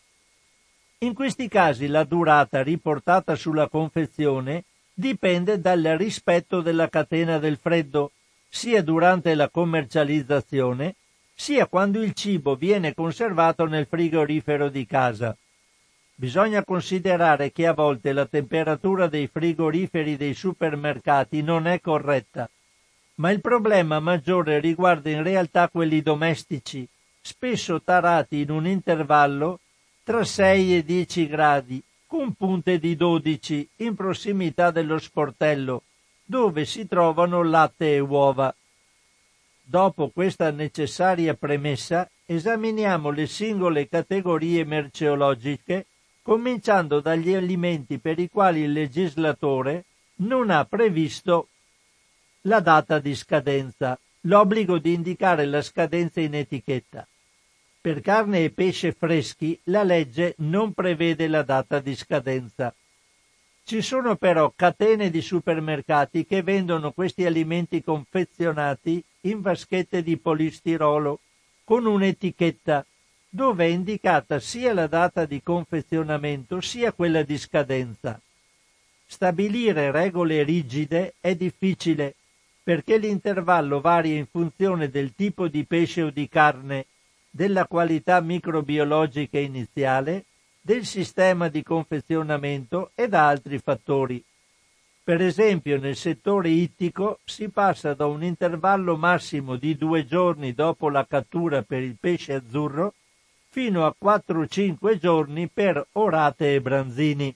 In questi casi la durata riportata sulla confezione dipende dal rispetto della catena del freddo, sia durante la commercializzazione, sia quando il cibo viene conservato nel frigorifero di casa. Bisogna considerare che a volte la temperatura dei frigoriferi dei supermercati non è corretta, ma il problema maggiore riguarda in realtà quelli domestici, spesso tarati in un intervallo tra sei e dieci gradi, con punte di dodici in prossimità dello sportello, dove si trovano latte e uova. Dopo questa necessaria premessa, esaminiamo le singole categorie merceologiche, cominciando dagli alimenti per i quali il legislatore non ha previsto la data di scadenza, l'obbligo di indicare la scadenza in etichetta. Per carne e pesce freschi la legge non prevede la data di scadenza. Ci sono però catene di supermercati che vendono questi alimenti confezionati in vaschette di polistirolo con un'etichetta dove è indicata sia la data di confezionamento sia quella di scadenza. Stabilire regole rigide è difficile perché l'intervallo varia in funzione del tipo di pesce o di carne, della qualità microbiologica iniziale, del sistema di confezionamento e da altri fattori. Per esempio, nel settore ittico si passa da un intervallo massimo di due giorni dopo la cattura per il pesce azzurro fino a quattro cinque giorni per orate e branzini.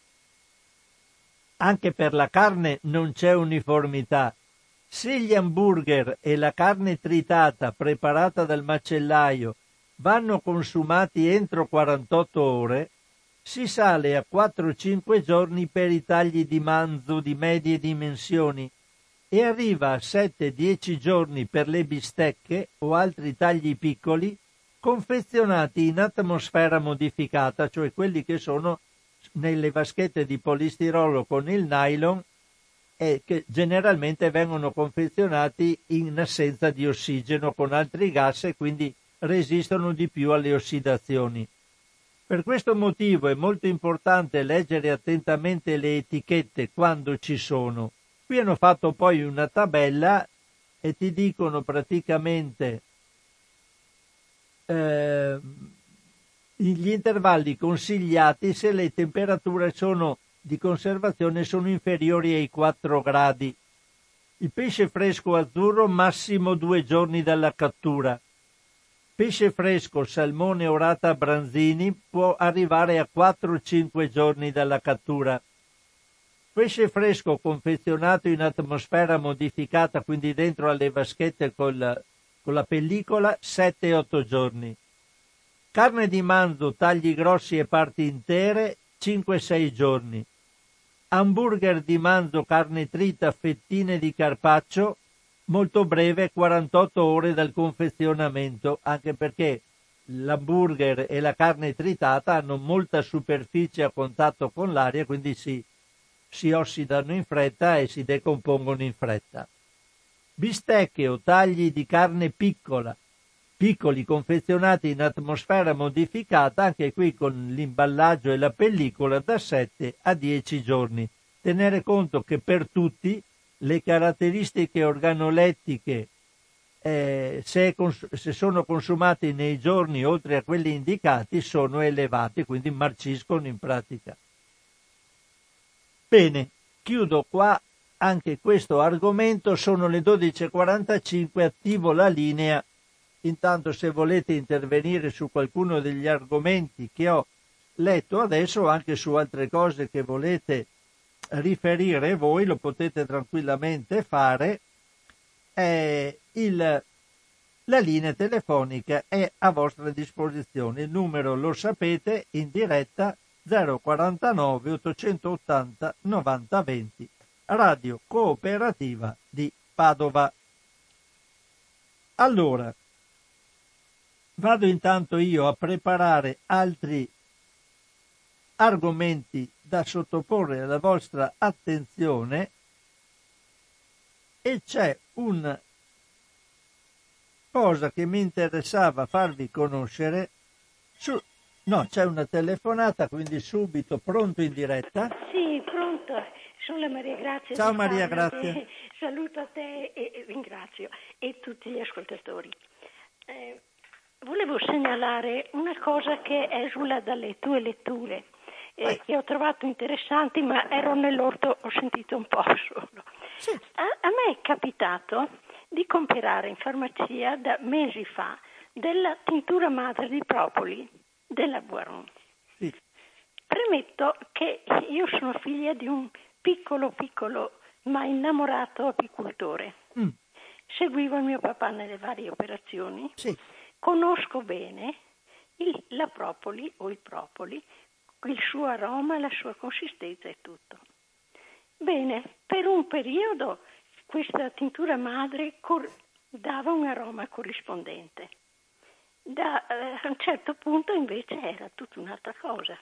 Anche per la carne non c'è uniformità. Se gli hamburger e la carne tritata preparata dal macellaio vanno consumati entro quarantotto ore, si sale a quattro cinque giorni per i tagli di manzo di medie dimensioni e arriva a sette dieci giorni per le bistecche o altri tagli piccoli confezionati in atmosfera modificata, cioè quelli che sono nelle vaschette di polistirolo con il nylon e che generalmente vengono confezionati in assenza di ossigeno con altri gas e quindi resistono di più alle ossidazioni. Per questo motivo è molto importante leggere attentamente le etichette quando ci sono. Qui hanno fatto poi una tabella e ti dicono praticamente eh, gli intervalli consigliati se le temperature sono di conservazione sono inferiori ai quattro gradi. Il pesce fresco azzurro massimo due giorni dalla cattura. Pesce fresco, salmone orata branzini può arrivare a quattro cinque giorni dalla cattura. Pesce fresco confezionato in atmosfera modificata, quindi dentro alle vaschette con la, con la pellicola, sette otto giorni. Carne di manzo, tagli grossi e parti intere, cinque sei giorni. Hamburger di manzo, carne trita, fettine di carpaccio, molto breve, quarantotto ore dal confezionamento, anche perché l'hamburger e la carne tritata hanno molta superficie a contatto con l'aria, quindi si, si ossidano in fretta e si decompongono in fretta. Bistecche o tagli di carne piccola, piccoli confezionati in atmosfera modificata, anche qui con l'imballaggio e la pellicola, da sette a dieci giorni. Tenere conto che per tutti le caratteristiche organolettiche, eh, se, cons- se sono consumati nei giorni oltre a quelli indicati, sono elevati, quindi marciscono in pratica. Bene, chiudo qua anche questo argomento. Sono le dodici e quarantacinque, attivo la linea. Intanto, se volete intervenire su qualcuno degli argomenti che ho letto adesso o anche su altre cose che volete riferire voi, lo potete tranquillamente fare. Eh, il, la linea telefonica è a vostra disposizione. Il numero lo sapete, in diretta zero quarantanove ottocentottanta novanta venti, Radio Cooperativa di Padova. Allora, vado intanto io a preparare altri argomenti da sottoporre alla vostra attenzione, e c'è una cosa che mi interessava farvi conoscere. Su, no, c'è una telefonata, quindi subito pronto in diretta. Sì, pronto. Sono la Maria Grazia. Ciao Maria Grazia. Saluto a te e ringrazio e tutti gli ascoltatori. Eh, volevo segnalare una cosa che esula dalle tue letture, eh, che ho trovato interessanti, ma ero nell'orto, ho sentito un po' solo. Sì. A, a me è capitato di comprare in farmacia da mesi fa della tintura madre di propoli della Boiron. Sì. Premetto che io sono figlia di un piccolo piccolo ma innamorato apicoltore. Mm. Seguivo il mio papà nelle varie operazioni. Sì. Conosco bene il, la propoli o il propoli, il suo aroma, la sua consistenza e tutto. Bene, per un periodo questa tintura madre cor- dava un aroma corrispondente. Da eh, a un certo punto invece era tutta un'altra cosa.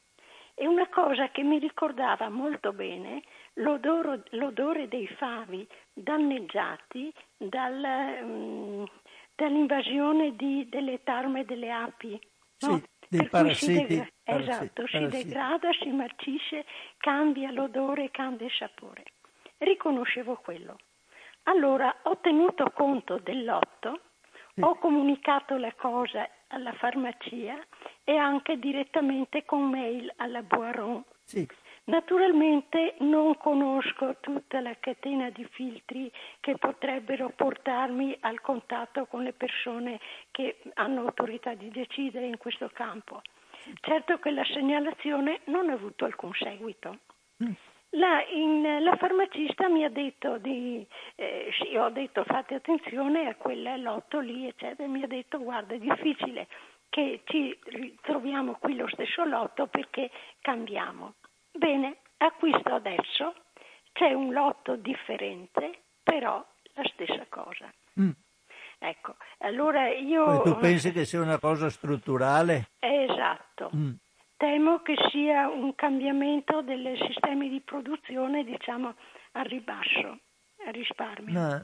E una cosa che mi ricordava molto bene l'odore, l'odore dei favi danneggiati dal, um, dall'invasione di, delle tarme delle api. No? Sì, dei per parassiti. Cui si degra- parassiti esatto, parassiti. si degrada, si marcisce, cambia l'odore, cambia il sapore. Riconoscevo quello. Allora ho tenuto conto del lotto, sì. Ho comunicato la cosa alla farmacia e anche direttamente con mail alla Boiron. Sì. Naturalmente non conosco tutta la catena di filtri che potrebbero portarmi al contatto con le persone che hanno autorità di decidere in questo campo. Certo che la segnalazione non ha avuto alcun seguito. Mm. La, in, la farmacista mi ha detto di, eh, sì, ho detto fate attenzione a quel lotto lì, eccetera, mi ha detto guarda è difficile che ci troviamo qui lo stesso lotto perché cambiamo. Bene, acquisto adesso, c'è un lotto differente, però la stessa cosa. Mm. Ecco, allora io... Poi tu pensi che sia una cosa strutturale? Esatto. Mm. Temo che sia un cambiamento dei sistemi di produzione, diciamo, al ribasso, al risparmio. No.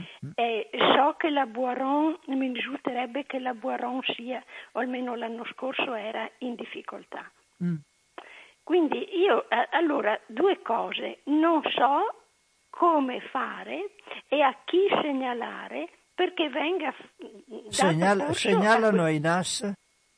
E so che la Boiron, mi risulterebbe che la Boiron sia, o almeno l'anno scorso era, in difficoltà. Mm. Quindi io, allora, due cose, non so come fare e a chi segnalare perché venga Segnala, segnalano ai N A S?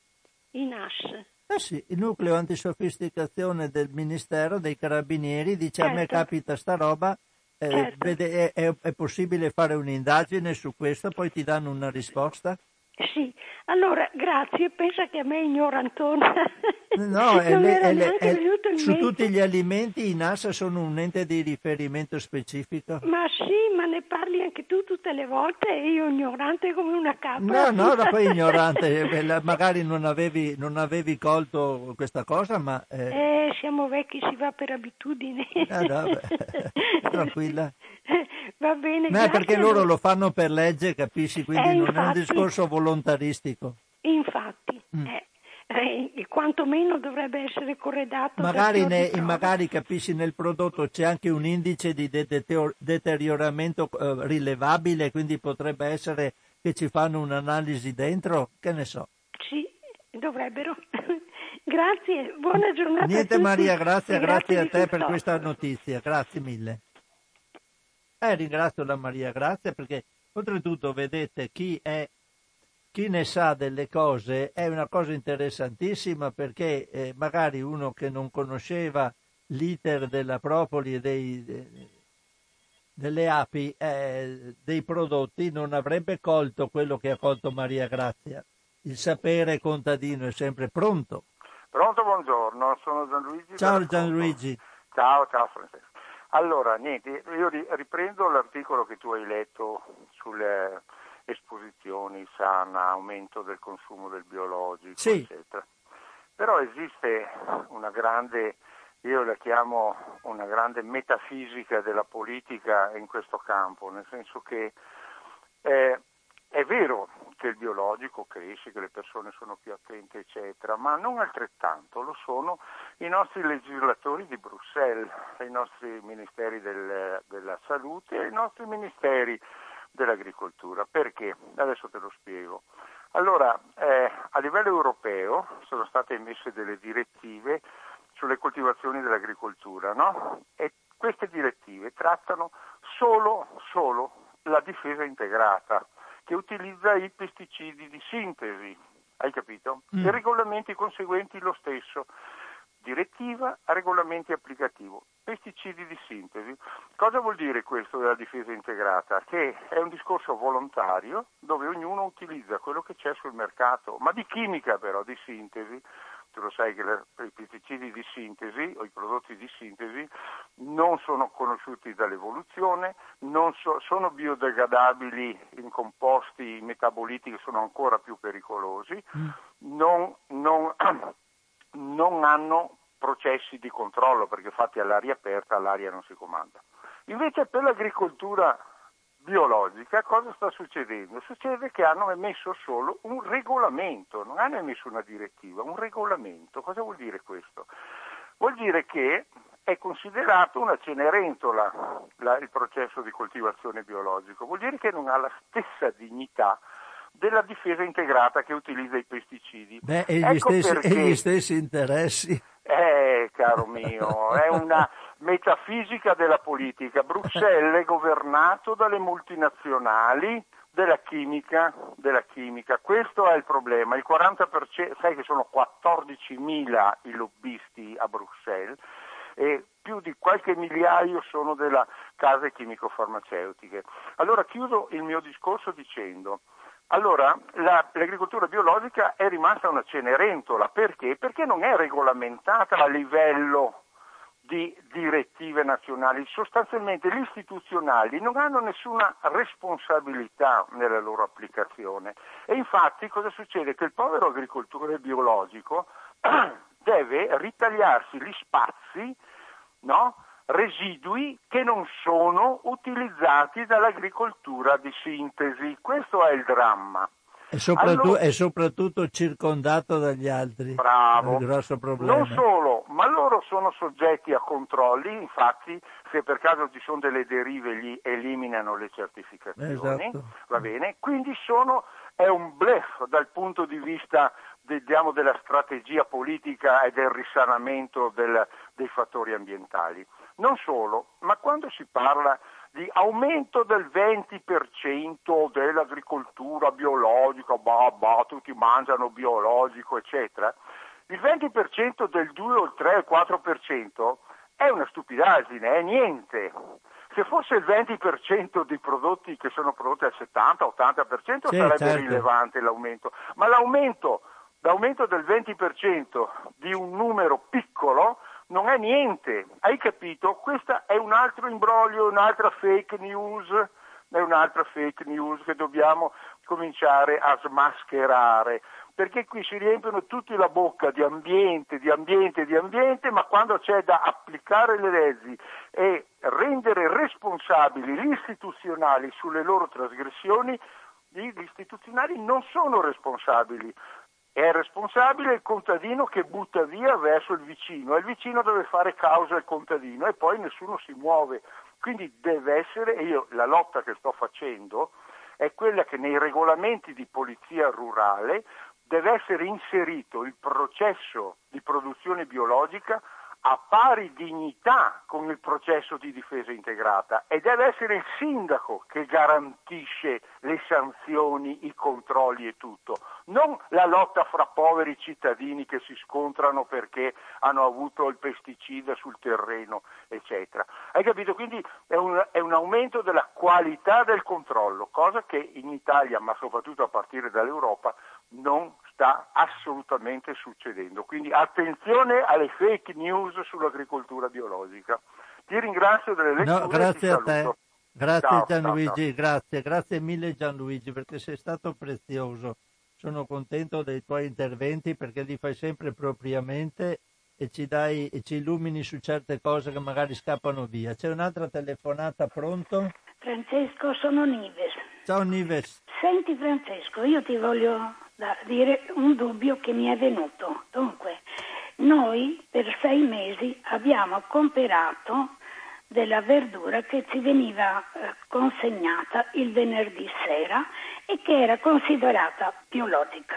I N A S. Eh sì, il nucleo antisofisticazione del Ministero dei Carabinieri dice certo. A me capita sta roba, eh, certo. vede, è, è possibile fare un'indagine su questo, poi ti danno una risposta? Sì, allora grazie, pensa che a me ignorantona no, è le, è le, è, su mente. Tutti gli alimenti i N A S sono un ente di riferimento specifico? Ma sì, ma ne parli anche tu tutte le volte e io ignorante come una capra. No, no, poi ignorante, magari non avevi, non avevi colto questa cosa, ma... Eh... eh, siamo vecchi, si va per abitudine. No, no, tranquilla. Va bene, ma è perché loro lo fanno per legge, capisci? Quindi eh, non infatti, è un discorso volontaristico. Infatti, mm. eh. eh, quantomeno dovrebbe essere corredato magari, da ne, magari capisci nel prodotto c'è anche un indice di de- de- deterioramento eh, rilevabile, quindi potrebbe essere che ci fanno un'analisi dentro, che ne so. Sì, dovrebbero. Grazie, buona giornata. Niente a tutti. Maria, grazie, grazie, grazie a te per tutto. questa notizia, grazie mille. Eh, ringrazio la Maria, grazie, perché oltretutto vedete chi è chi ne sa delle cose è una cosa interessantissima, perché eh, magari uno che non conosceva l'iter della propoli e dei, de, delle api, eh, dei prodotti, non avrebbe colto quello che ha colto Maria Grazia. Il sapere contadino è sempre pronto. Pronto, buongiorno, sono Gianluigi. Ciao Gianluigi. Ciao, ciao Francesco. Allora, niente, io riprendo l'articolo che tu hai letto sulle esposizioni sana, aumento del consumo del biologico, sì. eccetera. Però esiste una grande, io la chiamo una grande metafisica della politica in questo campo, nel senso che eh, è vero che il biologico cresce, che le persone sono più attente, eccetera, ma non altrettanto lo sono i nostri legislatori di Bruxelles, i nostri ministeri del, della salute e i nostri ministeri dell'agricoltura. Perché? Adesso te lo spiego. Allora, eh, a livello europeo sono state emesse delle direttive sulle coltivazioni dell'agricoltura, no? E queste direttive trattano solo, solo la difesa integrata, che utilizza i pesticidi di sintesi, hai capito? Mm. I regolamenti conseguenti lo stesso. Direttiva a regolamenti applicativo, pesticidi di sintesi. Cosa vuol dire questo della difesa integrata? Che è un discorso volontario dove ognuno utilizza quello che c'è sul mercato, ma di chimica però, di sintesi. Tu lo sai che le, i pesticidi di sintesi o i prodotti di sintesi non sono conosciuti dall'evoluzione, non so, sono biodegradabili in composti metaboliti che sono ancora più pericolosi, mm. non, non non hanno processi di controllo perché fatti all'aria aperta, all'aria non si comanda. Invece per l'agricoltura biologica cosa sta succedendo? Succede che hanno emesso solo un regolamento, non hanno emesso una direttiva, un regolamento. Cosa vuol dire questo? Vuol dire che è considerato una cenerentola la, il processo di coltivazione biologico, vuol dire che non ha la stessa dignità della difesa integrata che utilizza i pesticidi. Beh, e gli, ecco stessi, perché, e gli stessi interessi. Eh, caro mio, è una metafisica della politica. Bruxelles è governato dalle multinazionali della chimica, della chimica. Questo è il problema. Il quaranta per cento, sai che sono quattordicimila i lobbisti a Bruxelles e più di qualche migliaio sono della case chimico-farmaceutiche. Allora chiudo il mio discorso dicendo: allora, la, l'agricoltura biologica è rimasta una cenerentola. Perché? Perché non è regolamentata a livello di direttive nazionali. Sostanzialmente gli istituzionali non hanno nessuna responsabilità nella loro applicazione. E infatti cosa succede? Che il povero agricoltore biologico deve ritagliarsi gli spazi, no? residui che non sono utilizzati dall'agricoltura di sintesi. Questo è il dramma. E soprattutto, allora, è soprattutto circondato dagli altri. Bravo. È un grosso problema. Non solo, ma loro sono soggetti a controlli, infatti se per caso ci sono delle derive gli eliminano le certificazioni, esatto. Va bene? Quindi sono, è un bluff dal punto di vista diciamo, della strategia politica e del risanamento del, dei fattori ambientali. Non solo, ma quando si parla di aumento del venti per cento dell'agricoltura biologica, bah, bah, tutti mangiano biologico, eccetera, il venti per cento del due o il tre o il quattro per cento è una stupidaggine, è niente. Se fosse il venti per cento dei prodotti che sono prodotti al settanta ottanta per cento sì, sarebbe certo. rilevante l'aumento, ma l'aumento, l'aumento del venti per cento di un numero piccolo non è niente, hai capito? Questa è un altro imbroglio, un'altra fake news, è un'altra fake news che dobbiamo cominciare a smascherare, perché qui si riempiono tutti la bocca di ambiente, di ambiente, di ambiente, ma quando c'è da applicare le leggi e rendere responsabili gli istituzionali sulle loro trasgressioni, gli istituzionali non sono responsabili. è responsabile il contadino che butta via verso il vicino e il vicino deve fare causa al contadino e poi nessuno si muove. Quindi deve essere, e io la lotta che sto facendo è quella che nei regolamenti di polizia rurale deve essere inserito il processo di produzione biologica a pari dignità con il processo di difesa integrata e deve essere il sindaco che garantisce le sanzioni, i controlli e tutto, non la lotta fra poveri cittadini che si scontrano perché hanno avuto il pesticida sul terreno, eccetera. Hai capito? Quindi è un, è un aumento della qualità del controllo, cosa che in Italia, ma soprattutto a partire dall'Europa, non sta assolutamente succedendo. Quindi attenzione alle fake news sull'agricoltura biologica. Ti ringrazio delle letture. No, grazie e ti a te. saluto. Grazie Ciao, Gianluigi, ciao, ciao. grazie, grazie mille Gianluigi perché sei stato prezioso. Sono contento dei tuoi interventi perché li fai sempre propriamente e ci dai e ci illumini su certe cose che magari scappano via. C'è un'altra telefonata, pronto? Francesco, sono Nives. Ciao Nives. Senti Francesco, io ti voglio da dire un dubbio che mi è venuto. Dunque, noi per sei mesi abbiamo comperato della verdura che ci veniva eh, consegnata il venerdì sera e che era considerata biologica.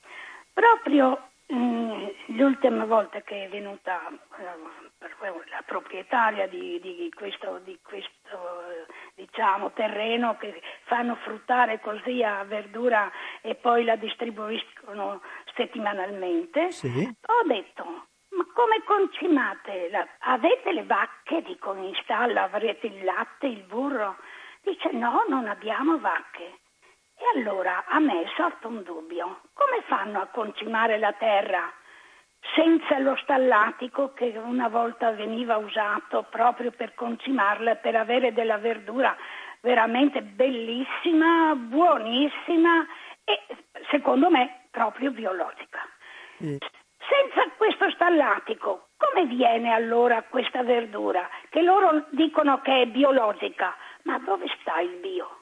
Proprio mh, l'ultima volta che è venuta eh, la proprietaria di, di questo, di questo eh, diciamo terreno che fanno fruttare così a verdura e poi la distribuiscono settimanalmente, sì. Ho detto: ma come concimate? La... Avete le vacche? Dico, in stalla avrete il latte, il burro? Dice no, non abbiamo vacche. E allora a me è sorto un dubbio: come fanno a concimare la terra senza lo stallatico che una volta veniva usato proprio per concimarla, per avere della verdura veramente bellissima, buonissima e secondo me proprio biologica? Sì. Senza questo stallatico, come viene allora questa verdura? Che loro dicono che è biologica, ma dove sta il bio?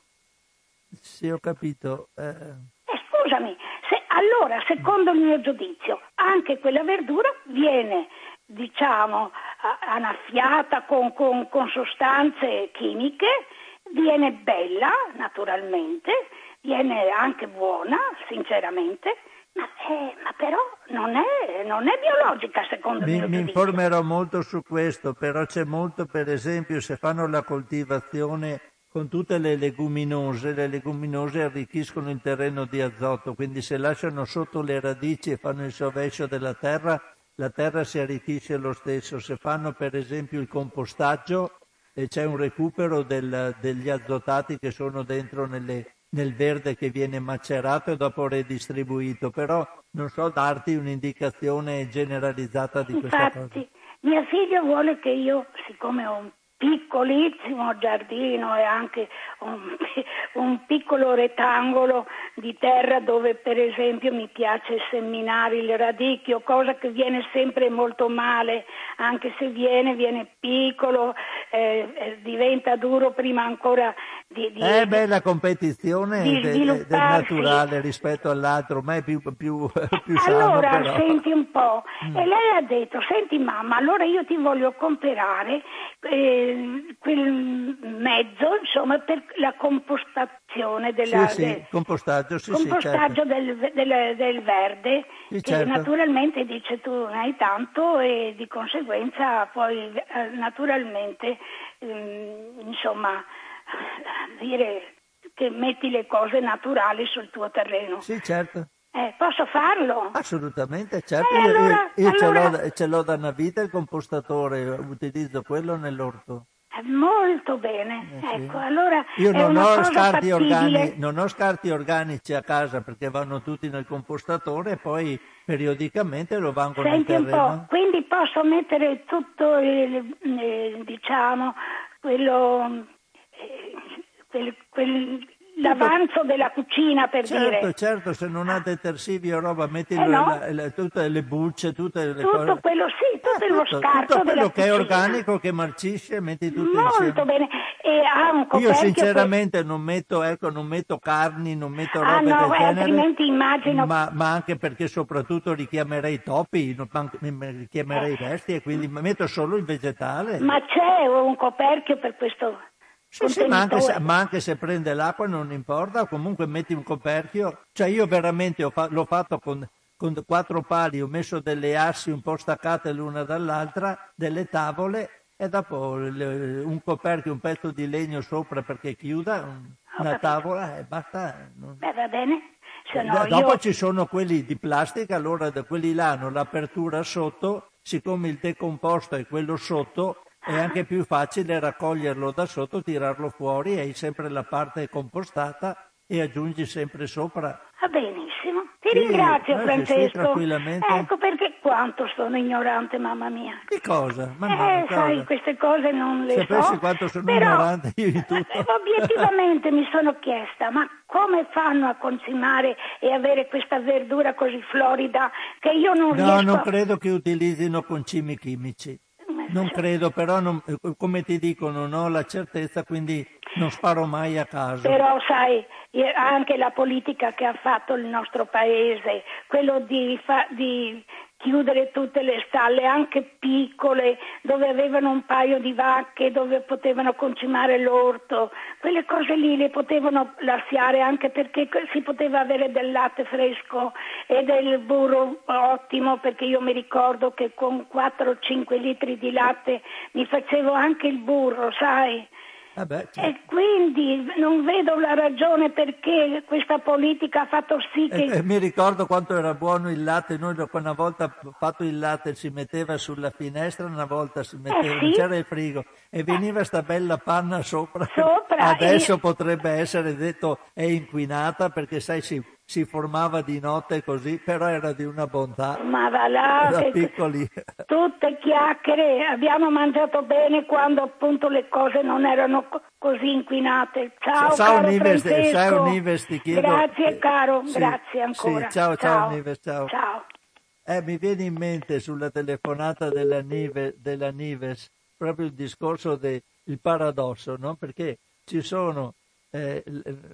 Sì, ho capito. Eh... Eh, scusami, se, allora, secondo il mio giudizio, anche quella verdura viene, diciamo, annaffiata con, con, con sostanze chimiche, viene bella, naturalmente, viene anche buona, sinceramente, Ma, eh, ma però non è, non è biologica secondo mi, il mio mi giudizio. informerò molto su questo, però c'è molto, per esempio, se fanno la coltivazione con tutte le leguminose, le leguminose arricchiscono il terreno di azoto, quindi se lasciano sotto le radici e fanno il sovescio della terra, la terra si arricchisce lo stesso. Se fanno per esempio il compostaggio, e c'è un recupero del, degli azotati che sono dentro nelle nel verde che viene macerato e dopo redistribuito, però non so darti un'indicazione generalizzata di questa cosa. Infatti, mio figlio vuole che io, siccome ho un piccolissimo giardino e anche un, un piccolo rettangolo di terra dove per esempio mi piace seminare il radicchio, cosa che viene sempre molto male, anche se viene, viene piccolo, eh, eh, diventa duro prima ancora di, di Eh beh, la competizione di de, del naturale rispetto all'altro, ma è più, più, più sano. Allora, però. senti un po', Mm. e lei ha detto: senti mamma, allora io ti voglio comprare eh, quel mezzo, insomma, per la compostazione della, Sì, sì, del, compostaggio, sì, compostaggio sì, certo. del, del, del verde, Sì, che certo. naturalmente dice tu ne hai tanto e di conseguenza poi eh, naturalmente eh, insomma dire che metti le cose naturali sul tuo terreno. Sì, certo. Eh, posso farlo? Assolutamente, certo. Eh, Io, allora, io, io allora... ce, l'ho, ce l'ho da una vita il compostatore, utilizzo quello nell'orto. Molto bene, Eh, ecco, sì. allora Io è non una ho, cosa scarti fattibile. organi, non ho scarti organici a casa perché vanno tutti nel compostatore e poi periodicamente lo vango nel Senti un po', terreno. quindi posso mettere tutto il, il diciamo, quello, eh, quel, quel, l'avanzo della cucina, per certo, dire. Certo, certo, se non ha detersivi o roba, metti eh le, no. la, la, tutte le bucce, tutte le tutto cose. quello sì, tutto eh, lo tutto, scarto tutto quello della che è cucina. organico, che marcisce, metti tutto Molto insieme. bene. E ha un coperchio. Io sinceramente per... non metto, ecco, non metto carni, non metto ah, robe no, del genere, altrimenti immagino. Ma, ma anche perché soprattutto richiamerei topi, richiamerei bestie, quindi metto solo il vegetale. Ma c'è un coperchio per questo? Sì, sì, ma anche, se, ma anche se prende l'acqua non importa, comunque metti un coperchio. Cioè io veramente ho fa, l'ho fatto con, con quattro pali, ho messo delle assi un po' staccate l'una dall'altra, delle tavole, e dopo le, un coperchio, un pezzo di legno sopra perché chiuda, un, una tavola e basta. Non... Beh, va bene. Se no, dopo io... ci sono quelli di plastica, allora da quelli là hanno l'apertura sotto, siccome il decomposto è quello sotto, è anche più facile raccoglierlo da sotto, tirarlo fuori, hai sempre la parte compostata e aggiungi sempre sopra. Va benissimo, ti sì, ringrazio Francesco. Sì, tranquillamente. Ecco perché quanto sono ignorante, mamma mia. Di cosa? Ma eh, no, sai, cosa? queste cose non le Sapessi so. quanto sono però, ignorante io di tutto. Obiettivamente mi sono chiesta, ma come fanno a concimare e avere questa verdura così florida che io non no, riesco... No, non credo che utilizzino concimi chimici. Non credo, però non, come ti dico non ho la certezza, quindi non sparo mai a caso. Però sai, anche la politica che ha fatto il nostro paese, quello di, fa, di chiudere tutte le stalle, anche piccole, dove avevano un paio di vacche, dove potevano concimare l'orto, quelle cose lì le potevano lasciare anche perché si poteva avere del latte fresco e del burro ottimo, perché io mi ricordo che con quattro o cinque litri di latte mi facevo anche il burro, sai? Ah beh, certo. E quindi non vedo la ragione perché questa politica ha fatto sì che... E, e mi ricordo quanto era buono il latte, noi una volta fatto il latte si metteva sulla finestra, una volta si metteva, eh sì? non c'era il frigo, e veniva sta bella panna sopra. sopra Adesso e... potrebbe essere detto è inquinata perché sai si, si formava di notte così, però era di una bontà. Ma va là, da che... piccoli. Tutte chiacchiere, abbiamo mangiato bene quando appunto le cose non erano co- così inquinate. Ciao, ciao caro Nives, Francesco. ciao Nives, ti chiedo. Grazie caro, sì, grazie ancora. Sì, ciao, ciao, ciao Nives, ciao. Ciao. Eh, mi viene in mente sulla telefonata della, Nive, della Nives proprio il discorso del paradosso, no? Perché ci sono eh,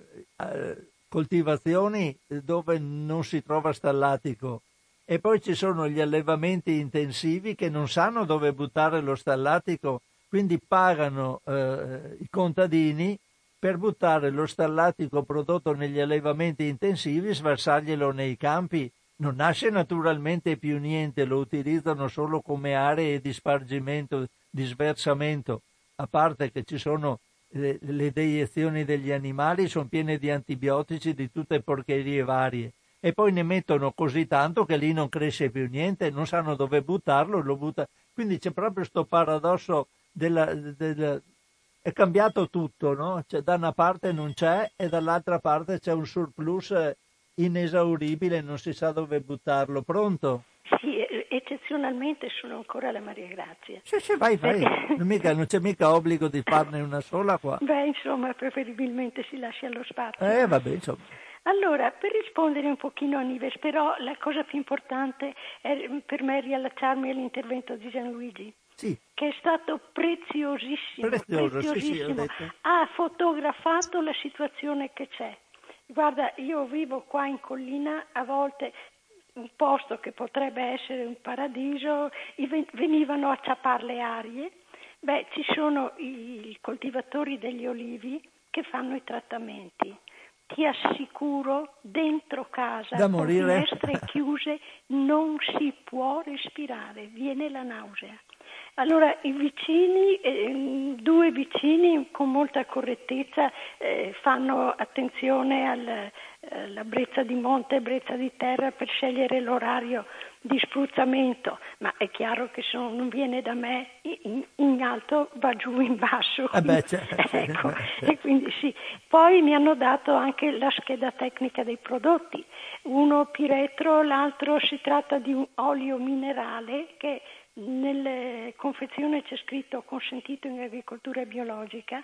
eh, coltivazioni dove non si trova stallatico e poi ci sono gli allevamenti intensivi che non sanno dove buttare lo stallatico, quindi pagano eh, i contadini per buttare lo stallatico prodotto negli allevamenti intensivi, sversarglielo nei campi. Non nasce naturalmente più niente, lo utilizzano solo come aree di spargimento, di sversamento, a parte che ci sono le, le deiezioni degli animali, sono piene di antibiotici, di tutte porcherie varie, e poi ne mettono così tanto che lì non cresce più niente, non sanno dove buttarlo, lo butta. Quindi c'è proprio sto paradosso della, della è cambiato tutto, no? Cioè, da una parte non c'è e dall'altra parte c'è un surplus inesauribile, non si sa dove buttarlo. Pronto? Sì, eccezionalmente sono ancora la Maria Grazia. Sì, sì, vai, vai. Non, mica, non c'è mica obbligo di farne una sola qua. Beh, insomma, preferibilmente si lascia lo spazio. Eh, vabbè, insomma. Allora, per rispondere un pochino a Nives, però la cosa più importante è per me riallacciarmi all'intervento di Gianluigi. Sì. Che è stato preziosissimo, Prezioso, preziosissimo. Sì, sì, ha fotografato la situazione che c'è. Guarda, io vivo qua in collina, a volte un posto che potrebbe essere un paradiso, venivano a ciapare le arie. Beh, ci sono i coltivatori degli olivi che fanno i trattamenti. Ti assicuro, dentro casa, da con morire. finestre chiuse, non si può respirare, viene la nausea. Allora i vicini, eh, due vicini con molta correttezza eh, fanno attenzione al, alla brezza di monte e brezza di terra per scegliere l'orario di spruzzamento, ma è chiaro che se non viene da me in, in alto va giù in basso. Eh beh, certo. Ecco, e quindi sì. Poi mi hanno dato anche la scheda tecnica dei prodotti, uno piretro, l'altro si tratta di un olio minerale che nelle confezione c'è scritto consentito in agricoltura biologica,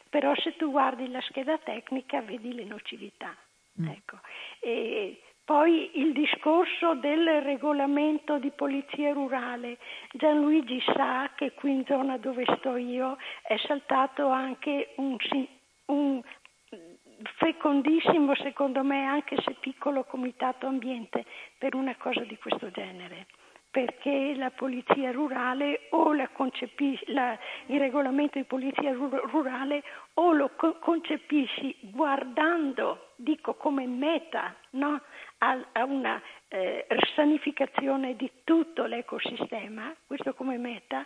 però se tu guardi la scheda tecnica vedi le nocività. Mm. Ecco. E poi il discorso del regolamento di polizia rurale. Gianluigi sa che qui in zona dove sto io è saltato anche un, un fecondissimo, secondo me, anche se piccolo, comitato ambiente per una cosa di questo genere. Perché la polizia rurale o la concepisci, la, il regolamento di polizia rurale o lo co- concepisci guardando, dico come meta, no? a, a una eh, sanificazione di tutto l'ecosistema, questo come meta,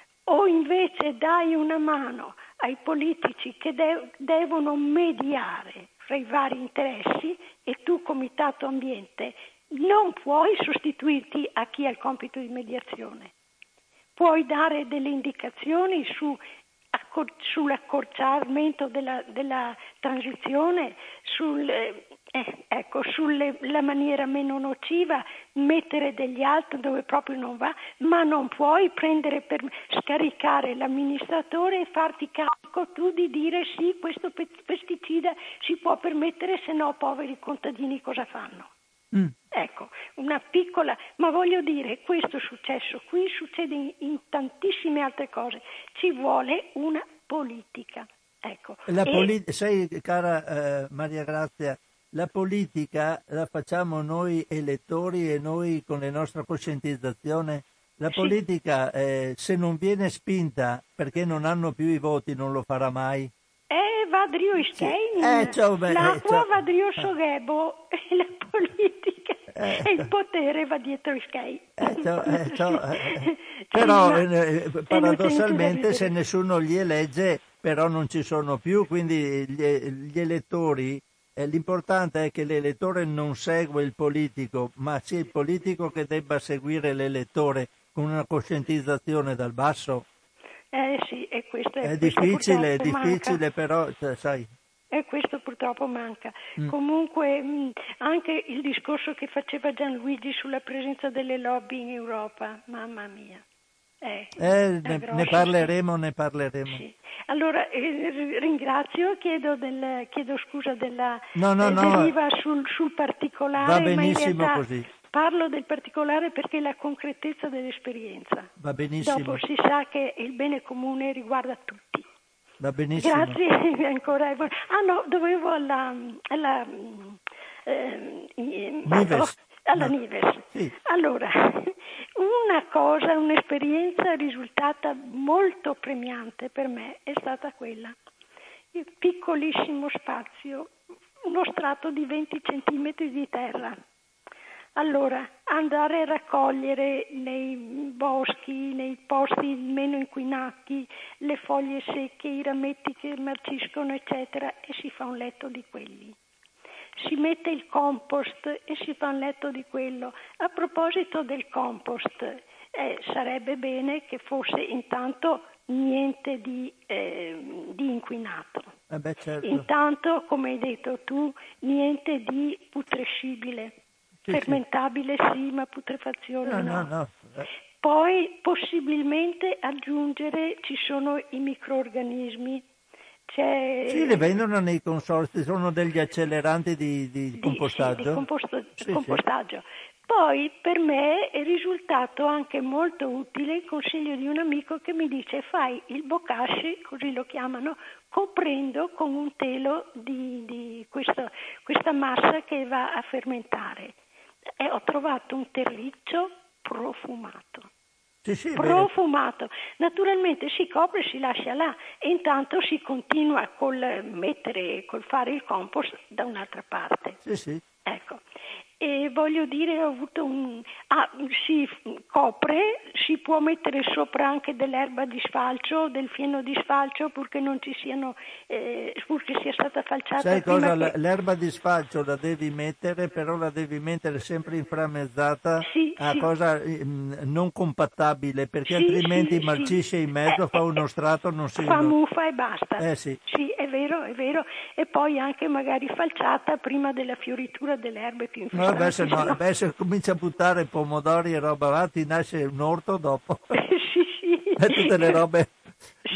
o invece dai una mano ai politici che de- devono mediare fra i vari interessi e tu, comitato ambiente, non puoi sostituirti a chi ha il compito di mediazione. Puoi dare delle indicazioni su, accor- sull'accorciamento della, della transizione, sul, eh, ecco, sulla maniera meno nociva, mettere degli altri dove proprio non va, ma non puoi prendere per scaricare l'amministratore e farti carico tu di dire sì, questo pesticida si può permettere, se no poveri contadini cosa fanno? Mm. Ecco, una piccola, ma voglio dire, questo è successo qui, succede in, in tantissime altre cose, ci vuole una politica. Ecco. La e... polit- sai, cara eh, Maria Grazia, la politica la facciamo noi elettori e noi con la nostra coscientizzazione. La sì. politica, eh, se non viene spinta perché non hanno più i voti, non lo farà mai. Eh, va drio iskein, eh, ciao, beh, l'acqua eh, va drio soghebo e la politica eh, e il potere va dietro iskein. Eh, ciao, eh, ciao, eh. Però sì, eh, paradossalmente se nessuno li elegge però non ci sono più, quindi gli, gli elettori, eh, l'importante è che l'elettore non segua il politico, ma sia il politico che debba seguire l'elettore con una coscientizzazione dal basso. Eh sì, e questo è, è questo difficile, è manca. difficile, però cioè, sai. E questo purtroppo manca. Mm. Comunque mh, anche il discorso che faceva Gianluigi sulla presenza delle lobby in Europa, mamma mia. Eh, eh, ne, ne parleremo, ne parleremo. Sì. Allora eh, ringrazio, chiedo, del, chiedo scusa della no, no, eh, no. deriva sul, sul particolare, Va benissimo ma in realtà così. Parlo del particolare perché è la concretezza dell'esperienza. Va benissimo. Dopo si sa che il bene comune riguarda tutti. Va benissimo. Grazie ancora. Ah no, dovevo alla, alla, eh, Nives. alla no. Nives. Sì. Allora, una cosa, un'esperienza risultata molto premiante per me è stata quella. Il piccolissimo spazio, uno strato di venti centimetri di terra. Allora, andare a raccogliere nei boschi, nei posti meno inquinati, le foglie secche, i rametti che marciscono, eccetera, e si fa un letto di quelli. Si mette il compost e si fa un letto di quello. A proposito del compost, eh, sarebbe bene che fosse intanto niente di, eh, di inquinato. Eh beh, certo. Intanto, come hai detto tu, niente di putrescibile. Sì, fermentabile sì. sì, ma putrefazione no. no. no, no. Eh. Poi possibilmente aggiungere, ci sono i microrganismi. C'è... Sì, le vendono nei consorzi, sono degli acceleranti di, di, di compostaggio. Sì, di composto, sì, compostaggio. Sì. Poi per me è risultato anche molto utile il consiglio di un amico che mi dice fai il bokashi, così lo chiamano, coprendo con un telo di, di questo, questa massa che va a fermentare. E ho trovato un terriccio profumato. Sì, sì, profumato. Bene. Naturalmente si copre e si lascia là e intanto si continua col mettere, col fare il compost da un'altra parte. Sì, sì. Ecco. E voglio dire, ho avuto un... Ah, si copre, si può mettere sopra anche dell'erba di sfalcio, del fieno di sfalcio, purché non ci siano, eh, purché sia stata falciata. Sai prima cosa? Che... L'erba di sfalcio la devi mettere, però la devi mettere sempre inframmezzata sì, a sì. cosa mh, non compattabile, perché sì, altrimenti sì, marcisce sì. in mezzo, eh, fa uno eh, strato, non si... Fa muffa e basta. Eh sì. Sì, è vero, è vero. E poi anche magari falciata prima della fioritura delle erbe più infestanti. No, beh, se, no, beh, se comincia a buttare pomodori e roba avanti, nasce un orto dopo. sì, sì. E tutte le robe... Sì,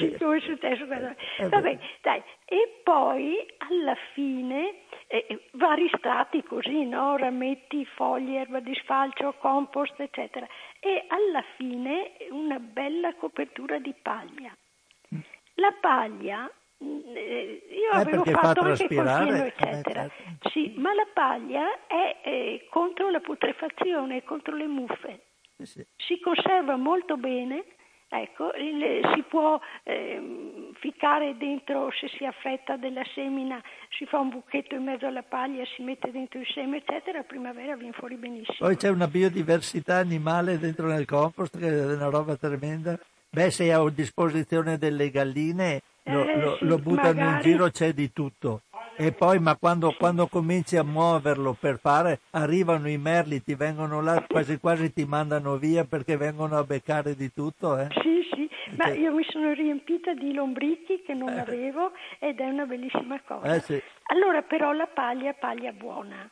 sì, come è successo questo. Vabbè, dai, e poi alla fine eh, vari strati così, no? Rametti, foglie, erba di sfalcio, compost, eccetera. E alla fine una bella copertura di paglia. La paglia, eh, io Eh, avevo perché fatto fa anche col traspirare. fieno, Eh, eccetera. beh, certo. Sì, ma la paglia è eh, contro la putrefazione, contro le muffe. Sì, sì. Si conserva molto bene, ecco, il- si può ehm, ficcare dentro, se si affetta della semina, si fa un buchetto in mezzo alla paglia, si mette dentro il seme, eccetera, a primavera viene fuori benissimo. Poi c'è una biodiversità animale dentro nel compost che è una roba tremenda. Beh, se a disposizione delle galline lo, Eh, lo- sì, lo buttano in magari. giro, c'è di tutto. E poi, ma quando, Sì. quando cominci a muoverlo per fare, arrivano i merli, ti vengono là, quasi quasi ti mandano via perché vengono a beccare di tutto. Eh. Sì, sì, ma Cioè, io mi sono riempita di lombrichi che non avevo ed è una bellissima cosa. eh, sì. Allora però la paglia è paglia buona.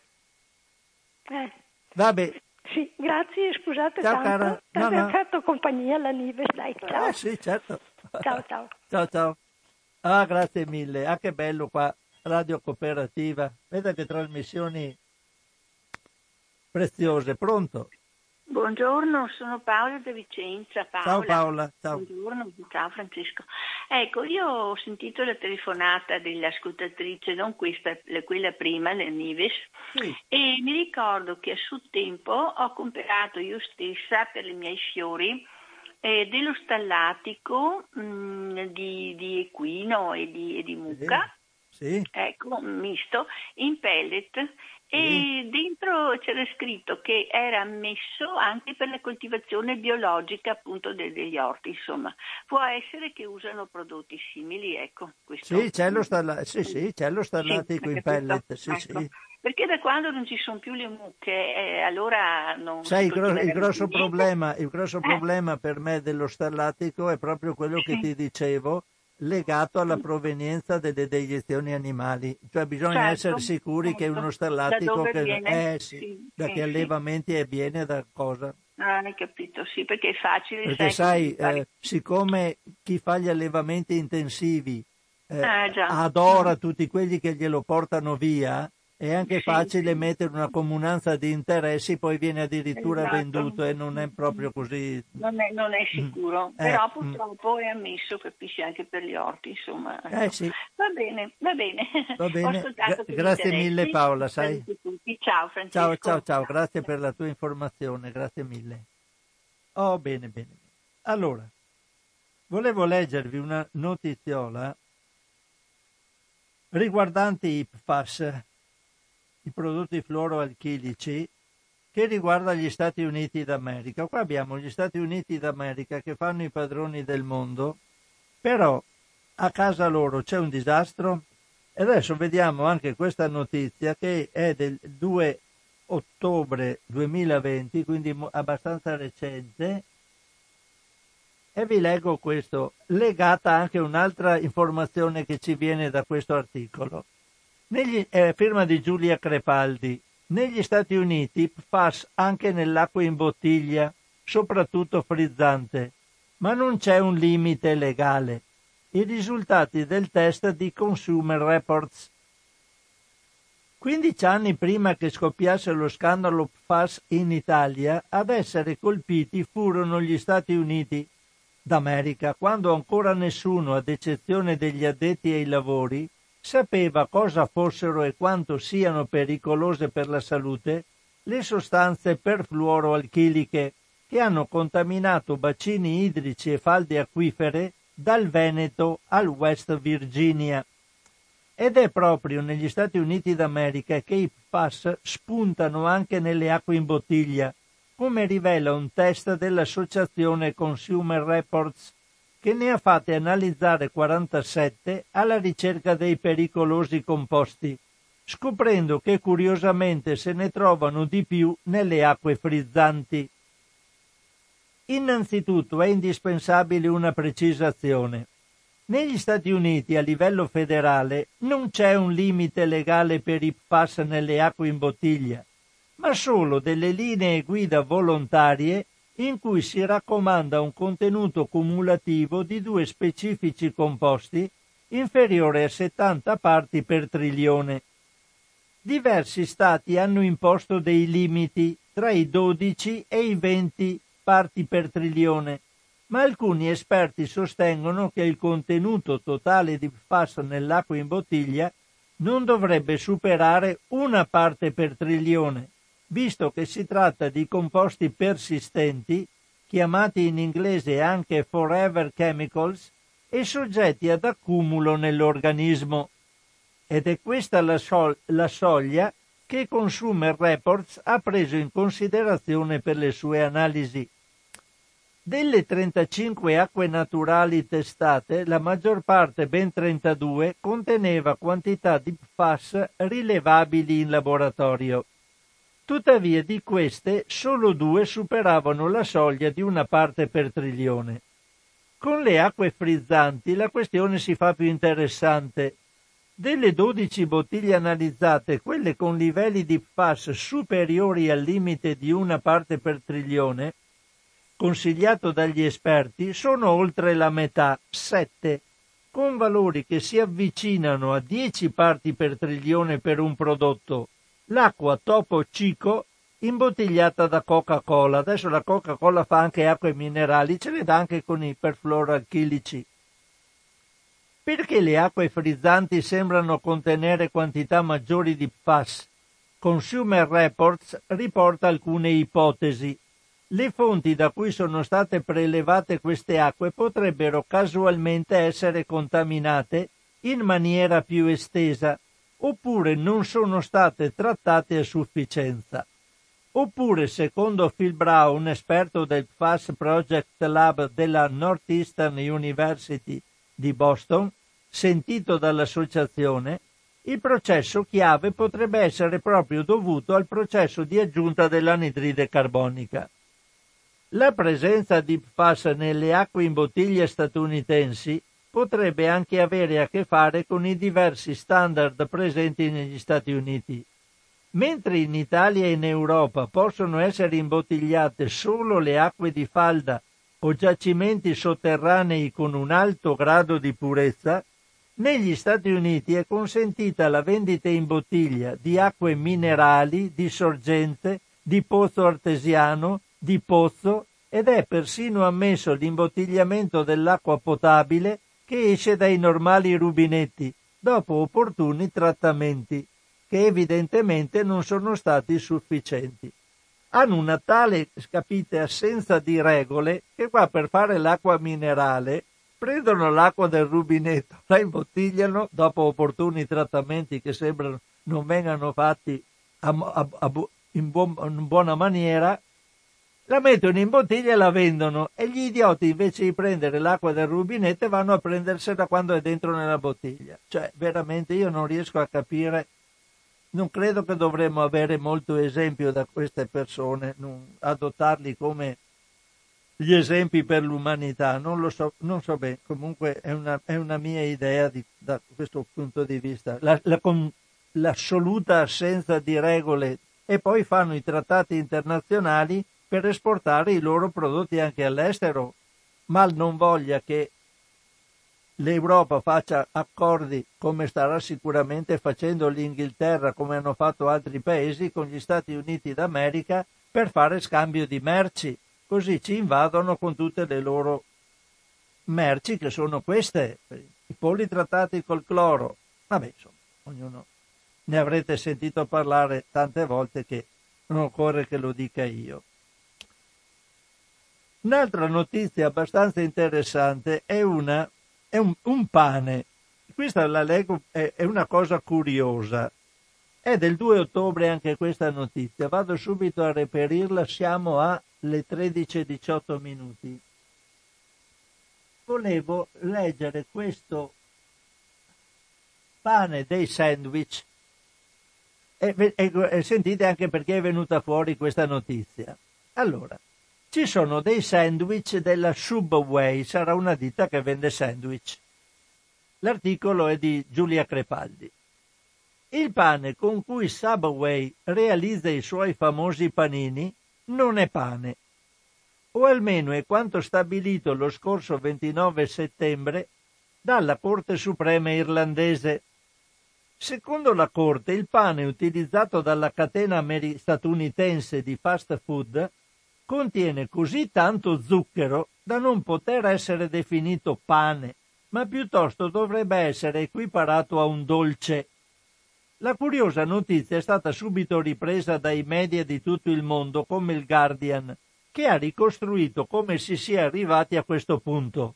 Eh. Vabbè, Sì, grazie, scusate ciao, tanto, cara. ti No, abbiamo no. fatto compagnia alla Nives, dai, ciao. Eh sì, certo. Ciao, ciao. Ciao, ciao. Ah, grazie mille. Ah, che bello qua, Radio Cooperativa. Veda che trasmissioni preziose. Pronto? Buongiorno, sono Paola da Vicenza. Paola. Ciao Paola, ciao. Buongiorno, ciao Francesco. Ecco, io ho sentito la telefonata dell'ascoltatrice, non questa, quella prima, la Nives, Sì. e mi ricordo che a suo tempo ho comprato io stessa per i miei fiori eh, dello stallatico mh, di, di equino e di, e di mucca, Sì. ecco, misto, in pellet. Sì. E dentro c'era scritto che era ammesso anche per la coltivazione biologica appunto de- degli orti, insomma. Può essere che usano prodotti simili, ecco. Questo... Sì, c'è lo, stalla... sì, sì, c'è lo stallatico sì, in pellet, sì, ecco. sì. Perché da quando non ci sono più le mucche, eh, allora non Sai, si il, gro- coltiva il grosso niente. problema, il grosso Eh. problema per me dello stallatico è proprio quello che Sì. ti dicevo, legato alla provenienza delle deiezioni animali. Cioè bisogna Certo, essere sicuri che certo. uno Da stallatico dove che viene? eh, sì, Sì, da sì, che sì. allevamenti e viene da cosa. Ah, hai capito, sì, perché è facile. Perché sai, sai eh, siccome chi fa gli allevamenti intensivi eh, Ah, già. adora tutti quelli che glielo portano via, è anche Sì, facile sì. mettere una comunanza di interessi, poi viene addirittura Esatto. venduto e non è proprio così. Non è, non è sicuro, Mm. però Eh, purtroppo è ammesso, capisci, anche per gli orti, insomma. Eh ecco. sì, Va bene, va bene. va Ho bene. ascoltato Gra- con grazie interesse. mille Paola, sai? Saluti tutti. Ciao Francesco. Ciao, ciao, ciao, grazie per la tua informazione, grazie mille. Oh, bene, bene. Allora, volevo leggervi una notiziola riguardante i P F A S, i prodotti fluoroalchilici, che riguarda gli Stati Uniti d'America. Qua abbiamo gli Stati Uniti d'America che fanno i padroni del mondo, però a casa loro c'è un disastro. E adesso vediamo anche questa notizia che è del due ottobre duemilaventi, quindi abbastanza recente, e vi leggo questo, legata anche un'altra informazione che ci viene da questo articolo. Negli, eh, firma di Giulia Crepaldi. Negli Stati Uniti P F A S anche nell'acqua in bottiglia, soprattutto frizzante, ma non c'è un limite legale. I risultati del test di Consumer Reports. quindici anni prima che scoppiasse lo scandalo P F A S in Italia, ad essere colpiti furono gli Stati Uniti d'America, quando ancora nessuno, ad eccezione degli addetti ai lavori, sapeva cosa fossero e quanto siano pericolose per la salute le sostanze perfluoroalchiliche che hanno contaminato bacini idrici e falde acquifere dal Veneto al West Virginia. Ed è proprio negli Stati Uniti d'America che i P F A S spuntano anche nelle acque in bottiglia, come rivela un test dell'associazione Consumer Reports, che ne ha fatte analizzare quarantasette alla ricerca dei pericolosi composti, scoprendo che curiosamente se ne trovano di più nelle acque frizzanti. Innanzitutto è indispensabile una precisazione. Negli Stati Uniti a livello federale non c'è un limite legale per i P F A S nelle acque in bottiglia, ma solo delle linee guida volontarie in cui si raccomanda un contenuto cumulativo di due specifici composti inferiore a settanta parti per trilione. Diversi stati hanno imposto dei limiti tra i dodici e i venti parti per trilione, ma alcuni esperti sostengono che il contenuto totale di P F A S nell'acqua in bottiglia non dovrebbe superare una parte per trilione, visto che si tratta di composti persistenti, chiamati in inglese anche forever chemicals, e soggetti ad accumulo nell'organismo. Ed è questa la, so- la soglia che Consumer Reports ha preso in considerazione per le sue analisi. Delle trentacinque acque naturali testate, la maggior parte, ben trentadue, conteneva quantità di P F A S rilevabili in laboratorio. Tuttavia di queste solo due superavano la soglia di una parte per trilione. Con le acque frizzanti la questione si fa più interessante. Delle dodici bottiglie analizzate, quelle con livelli di P F A S superiori al limite di una parte per trilione, consigliato dagli esperti, sono oltre la metà, sette, con valori che si avvicinano a dieci parti per trilione per un prodotto, l'acqua Topo Chico imbottigliata da Coca-Cola. Adesso la Coca-Cola fa anche acque minerali, ce le dà anche con i perfluoroalchilici. Perché le acque frizzanti sembrano contenere quantità maggiori di P F A S? Consumer Reports riporta alcune ipotesi. Le fonti da cui sono state prelevate queste acque potrebbero casualmente essere contaminate in maniera più estesa, oppure non sono state trattate a sufficienza. Oppure, secondo Phil Brown, esperto del P F A S Project Lab della Northeastern University di Boston, sentito dall'associazione, il processo chiave potrebbe essere proprio dovuto al processo di aggiunta dell'anidride carbonica. La presenza di P F A S nelle acque in bottiglie statunitensi potrebbe anche avere a che fare con i diversi standard presenti negli Stati Uniti. Mentre in Italia e in Europa possono essere imbottigliate solo le acque di falda o giacimenti sotterranei con un alto grado di purezza, negli Stati Uniti è consentita la vendita in bottiglia di acque minerali, di sorgente, di pozzo artesiano, di pozzo, ed è persino ammesso l'imbottigliamento dell'acqua potabile che esce dai normali rubinetti, dopo opportuni trattamenti, che evidentemente non sono stati sufficienti. Hanno una tale, capite, assenza di regole, che qua per fare l'acqua minerale prendono l'acqua del rubinetto, la imbottigliano, dopo opportuni trattamenti che sembrano non vengano fatti a, a, a, in, buon, in buona maniera, la mettono in bottiglia e la vendono, e gli idioti invece di prendere l'acqua del rubinetto vanno a prendersela quando è dentro nella bottiglia. Cioè, veramente io non riesco a capire, non credo che dovremmo avere molto esempio da queste persone, non, adottarli come gli esempi per l'umanità, non lo so, non so bene, comunque è una, è una mia idea di, da questo punto di vista. La, la, con, l'assoluta assenza di regole, e poi fanno i trattati internazionali per esportare i loro prodotti anche all'estero, mal non voglia che l'Europa faccia accordi, come starà sicuramente facendo l'Inghilterra, come hanno fatto altri paesi, con gli Stati Uniti d'America per fare scambio di merci, così ci invadono con tutte le loro merci, che sono queste, i polli trattati col cloro. Vabbè, insomma, ognuno ne avrete sentito parlare tante volte che non occorre che lo dica io. Un'altra notizia abbastanza interessante è una è un, un pane. Questa la leggo, è, è una cosa curiosa. È del due ottobre anche questa notizia. Vado subito a reperirla, siamo alle tredici e diciotto minuti. Volevo leggere questo pane dei sandwich e, e, e sentite anche perché è venuta fuori questa notizia. Allora, ci sono dei sandwich della Subway, sarà una ditta che vende sandwich. L'articolo è di Giulia Crepaldi. Il pane con cui Subway realizza i suoi famosi panini non è pane. o almeno è quanto stabilito lo scorso ventinove settembre dalla Corte Suprema irlandese. Secondo la Corte, il pane utilizzato dalla catena statunitense di fast food contiene così tanto zucchero da non poter essere definito pane, ma piuttosto dovrebbe essere equiparato a un dolce. La curiosa notizia è stata subito ripresa dai media di tutto il mondo, come il Guardian, che ha ricostruito come si sia arrivati a questo punto.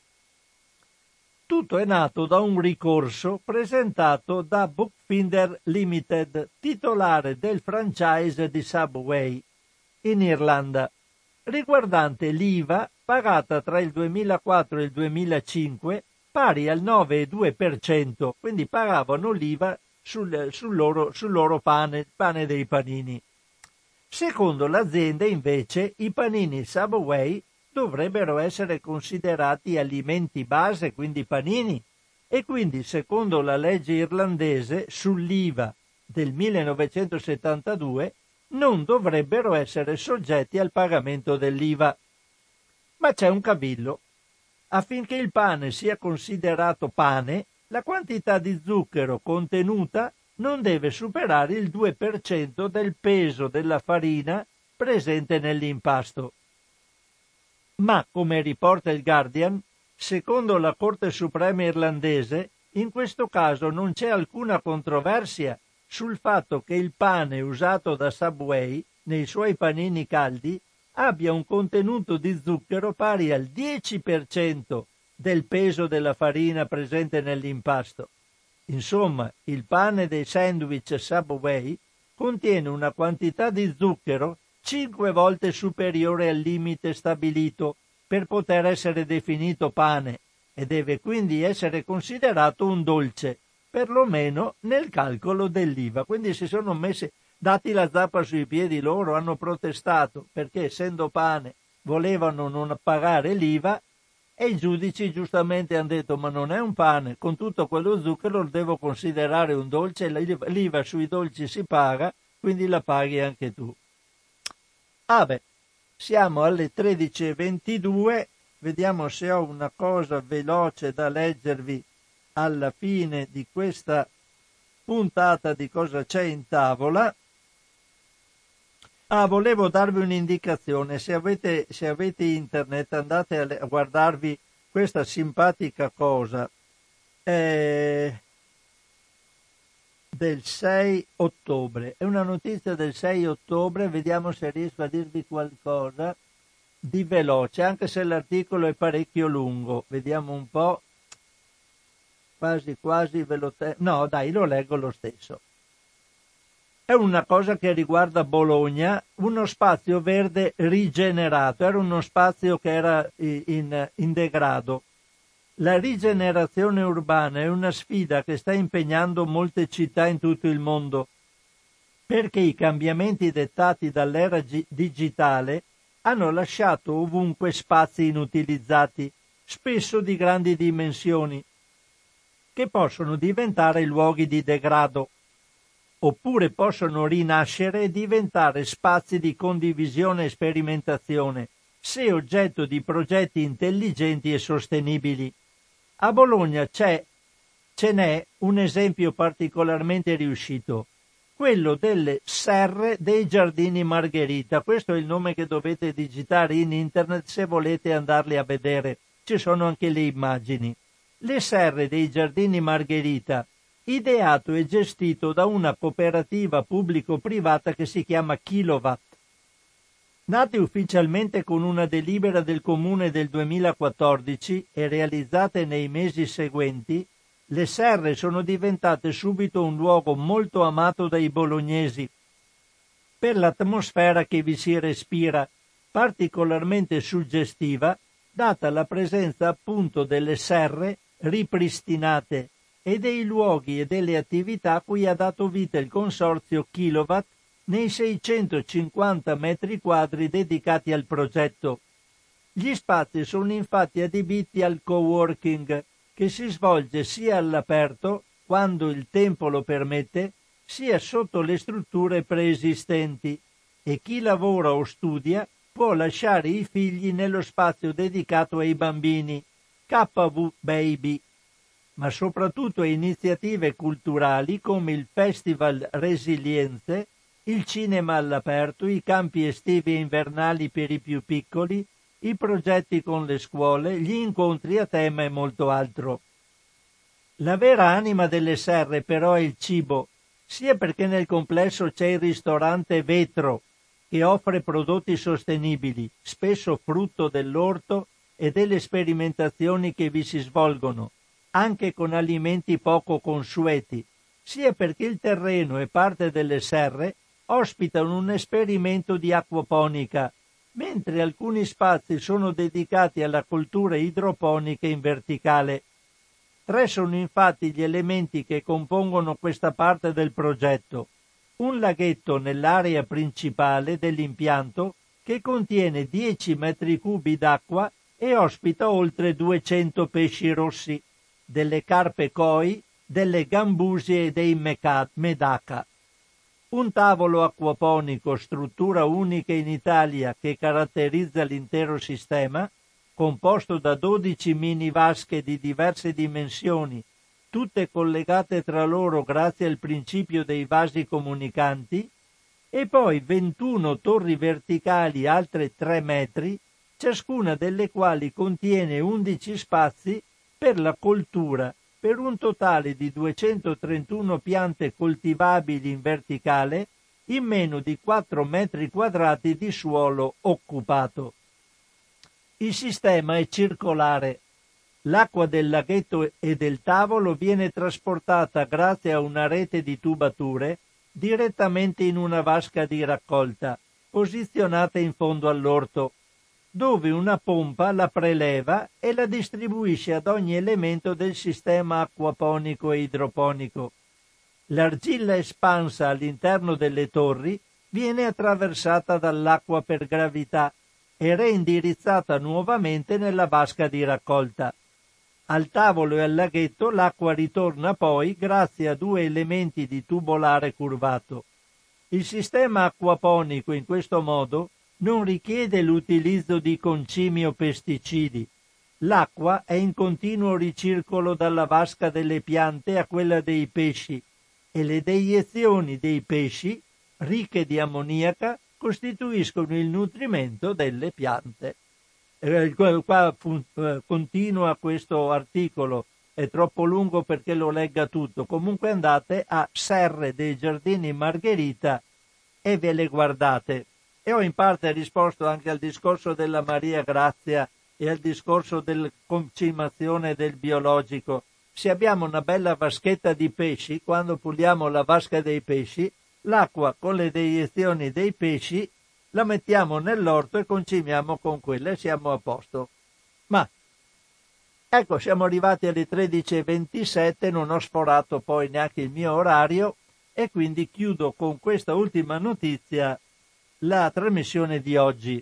Tutto è nato da un ricorso presentato da Bookfinder Limited, titolare del franchise di Subway in Irlanda, riguardante l'I V A pagata tra il duemilaquattro e il duemilacinque pari al nove virgola due per cento, quindi pagavano l'I V A sul, sul, loro, sul loro pane, il pane dei panini. Secondo l'azienda, invece, i panini Subway dovrebbero essere considerati alimenti base, quindi panini, e quindi, secondo la legge irlandese sull'I V A del millenovecentosettantadue, non dovrebbero essere soggetti al pagamento dell'I V A. Ma c'è un cavillo. Affinché il pane sia considerato pane, la quantità di zucchero contenuta non deve superare il due per cento del peso della farina presente nell'impasto. Ma, come riporta il Guardian, secondo la Corte Suprema irlandese, in questo caso non c'è alcuna controversia sul fatto che il pane usato da Subway nei suoi panini caldi abbia un contenuto di zucchero pari al dieci per cento del peso della farina presente nell'impasto. Insomma, il pane dei sandwich Subway contiene una quantità di zucchero cinque volte superiore al limite stabilito per poter essere definito pane e deve quindi essere considerato un dolce, perlomeno nel calcolo dell'I V A. Quindi si sono messi, dati la zappa sui piedi loro, hanno protestato perché essendo pane volevano non pagare l'I V A e i giudici giustamente hanno detto ma non è un pane, con tutto quello zucchero lo devo considerare un dolce, l'I V A sui dolci si paga, quindi la paghi anche tu. Ah beh, siamo alle tredici e ventidue, vediamo se ho una cosa veloce da leggervi alla fine di questa puntata di Cosa c'è in tavola. Ah, volevo darvi un'indicazione, se avete, se avete internet andate a, le, a guardarvi questa simpatica cosa eh, del sei ottobre, è una notizia del sei ottobre, vediamo se riesco a dirvi qualcosa di veloce, anche se l'articolo è parecchio lungo, vediamo un po', quasi quasi ve lo te- no dai lo leggo lo stesso. È una cosa che riguarda Bologna, uno spazio verde rigenerato, era uno spazio che era in, in degrado. La rigenerazione urbana è una sfida che sta impegnando molte città in tutto il mondo, perché i cambiamenti dettati dall'era gi- digitale hanno lasciato ovunque spazi inutilizzati, spesso di grandi dimensioni, che possono diventare luoghi di degrado, oppure possono rinascere e diventare spazi di condivisione e sperimentazione, se oggetto di progetti intelligenti e sostenibili. A Bologna c'è, ce n'è un esempio particolarmente riuscito, quello delle serre dei Giardini Margherita. Questo è il nome che dovete digitare in internet se volete andarli a vedere, ci sono anche le immagini. Le serre dei Giardini Margherita, ideato e gestito da una cooperativa pubblico-privata che si chiama Kilowatt. Nate ufficialmente con una delibera del Comune del duemilaquattordici e realizzate nei mesi seguenti, le serre sono diventate subito un luogo molto amato dai bolognesi per l'atmosfera che vi si respira, particolarmente suggestiva, data la presenza appunto delle serre ripristinate e dei luoghi e delle attività a cui ha dato vita il consorzio Kilowatt nei seicentocinquanta metri quadri dedicati al progetto. Gli spazi sono infatti adibiti al coworking, che si svolge sia all'aperto, quando il tempo lo permette, sia sotto le strutture preesistenti, e chi lavora o studia può lasciare i figli nello spazio dedicato ai bambini, K V Baby, ma soprattutto a iniziative culturali come il Festival Resilienze, il cinema all'aperto, i campi estivi e invernali per i più piccoli, i progetti con le scuole, gli incontri a tema e molto altro. La vera anima delle serre però è il cibo, sia perché nel complesso c'è il ristorante Vetro, che offre prodotti sostenibili, spesso frutto dell'orto e delle sperimentazioni che vi si svolgono, anche con alimenti poco consueti, sia perché il terreno e parte delle serre ospitano un esperimento di acquaponica, mentre alcuni spazi sono dedicati alla coltura idroponica in verticale. Tre sono infatti gli elementi che compongono questa parte del progetto. Un laghetto nell'area principale dell'impianto che contiene dieci metri cubi d'acqua e ospita oltre duecento pesci rossi, delle carpe koi, delle gambusie e dei medaka. Un tavolo acquaponico, struttura unica in Italia che caratterizza l'intero sistema, composto da dodici mini vasche di diverse dimensioni, tutte collegate tra loro grazie al principio dei vasi comunicanti, e poi ventuno torri verticali alte tre metri, ciascuna delle quali contiene undici spazi per la coltura, per un totale di duecentotrentuno piante coltivabili in verticale in meno di quattro metri quadrati di suolo occupato. Il sistema è circolare. L'acqua del laghetto e del tavolo viene trasportata grazie a una rete di tubature direttamente in una vasca di raccolta, posizionata in fondo all'orto, dove una pompa la preleva e la distribuisce ad ogni elemento del sistema acquaponico e idroponico. L'argilla espansa all'interno delle torri viene attraversata dall'acqua per gravità e reindirizzata nuovamente nella vasca di raccolta. Al tavolo e al laghetto l'acqua ritorna poi grazie a due elementi di tubolare curvato. Il sistema acquaponico in questo modo non richiede l'utilizzo di concimi o pesticidi. L'acqua è in continuo ricircolo dalla vasca delle piante a quella dei pesci e le deiezioni dei pesci, ricche di ammoniaca, costituiscono il nutrimento delle piante. Eh, qua fun- eh, continua questo articolo, è troppo lungo perché lo legga tutto. Comunque andate a Serre dei Giardini Margherita e ve le guardate. E ho in parte risposto anche al discorso della Maria Grazia e al discorso della concimazione del biologico. Se abbiamo una bella vaschetta di pesci, quando puliamo la vasca dei pesci, l'acqua con le deiezioni dei pesci la mettiamo nell'orto e concimiamo con quella e siamo a posto. Ma ecco, siamo arrivati alle tredici e ventisette, non ho sforato poi neanche il mio orario e quindi chiudo con questa ultima notizia la trasmissione di oggi.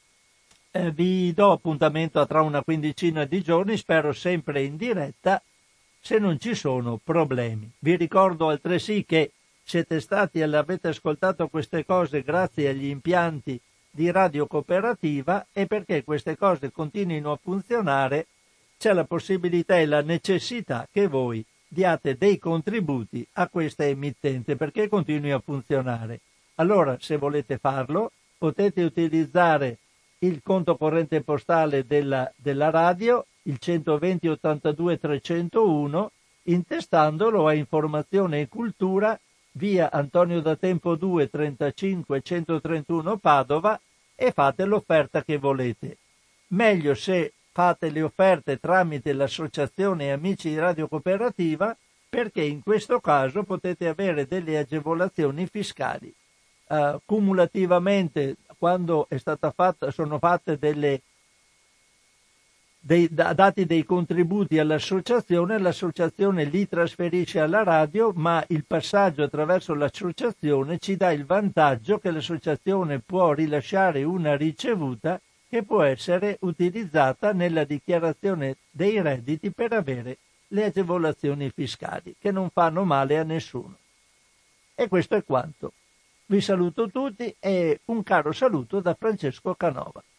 Eh, vi do appuntamento a tra una quindicina di giorni, spero sempre in diretta, se non ci sono problemi. Vi ricordo altresì che siete stati e avete ascoltato queste cose grazie agli impianti di Radio Cooperativa, e perché queste cose continuino a funzionare c'è la possibilità e la necessità che voi diate dei contributi a questa emittente perché continui a funzionare. Allora, se volete farlo, potete utilizzare il conto corrente postale della, della radio, il centoventi ottantadue trecentouno, intestandolo a Informazione e Cultura, via Antonio da Tempo due trentacinque centotrentuno Padova, e fate l'offerta che volete. Meglio se fate le offerte tramite l'associazione Amici di Radio Cooperativa, perché in questo caso potete avere delle agevolazioni fiscali. Uh, cumulativamente, quando è stata fatta, sono fatte delle dei, da, dati dei contributi all'associazione, l'associazione li trasferisce alla radio, ma il passaggio attraverso l'associazione ci dà il vantaggio che l'associazione può rilasciare una ricevuta che può essere utilizzata nella dichiarazione dei redditi per avere le agevolazioni fiscali, che non fanno male a nessuno. E questo è quanto. Vi saluto tutti e un caro saluto da Francesco Canova.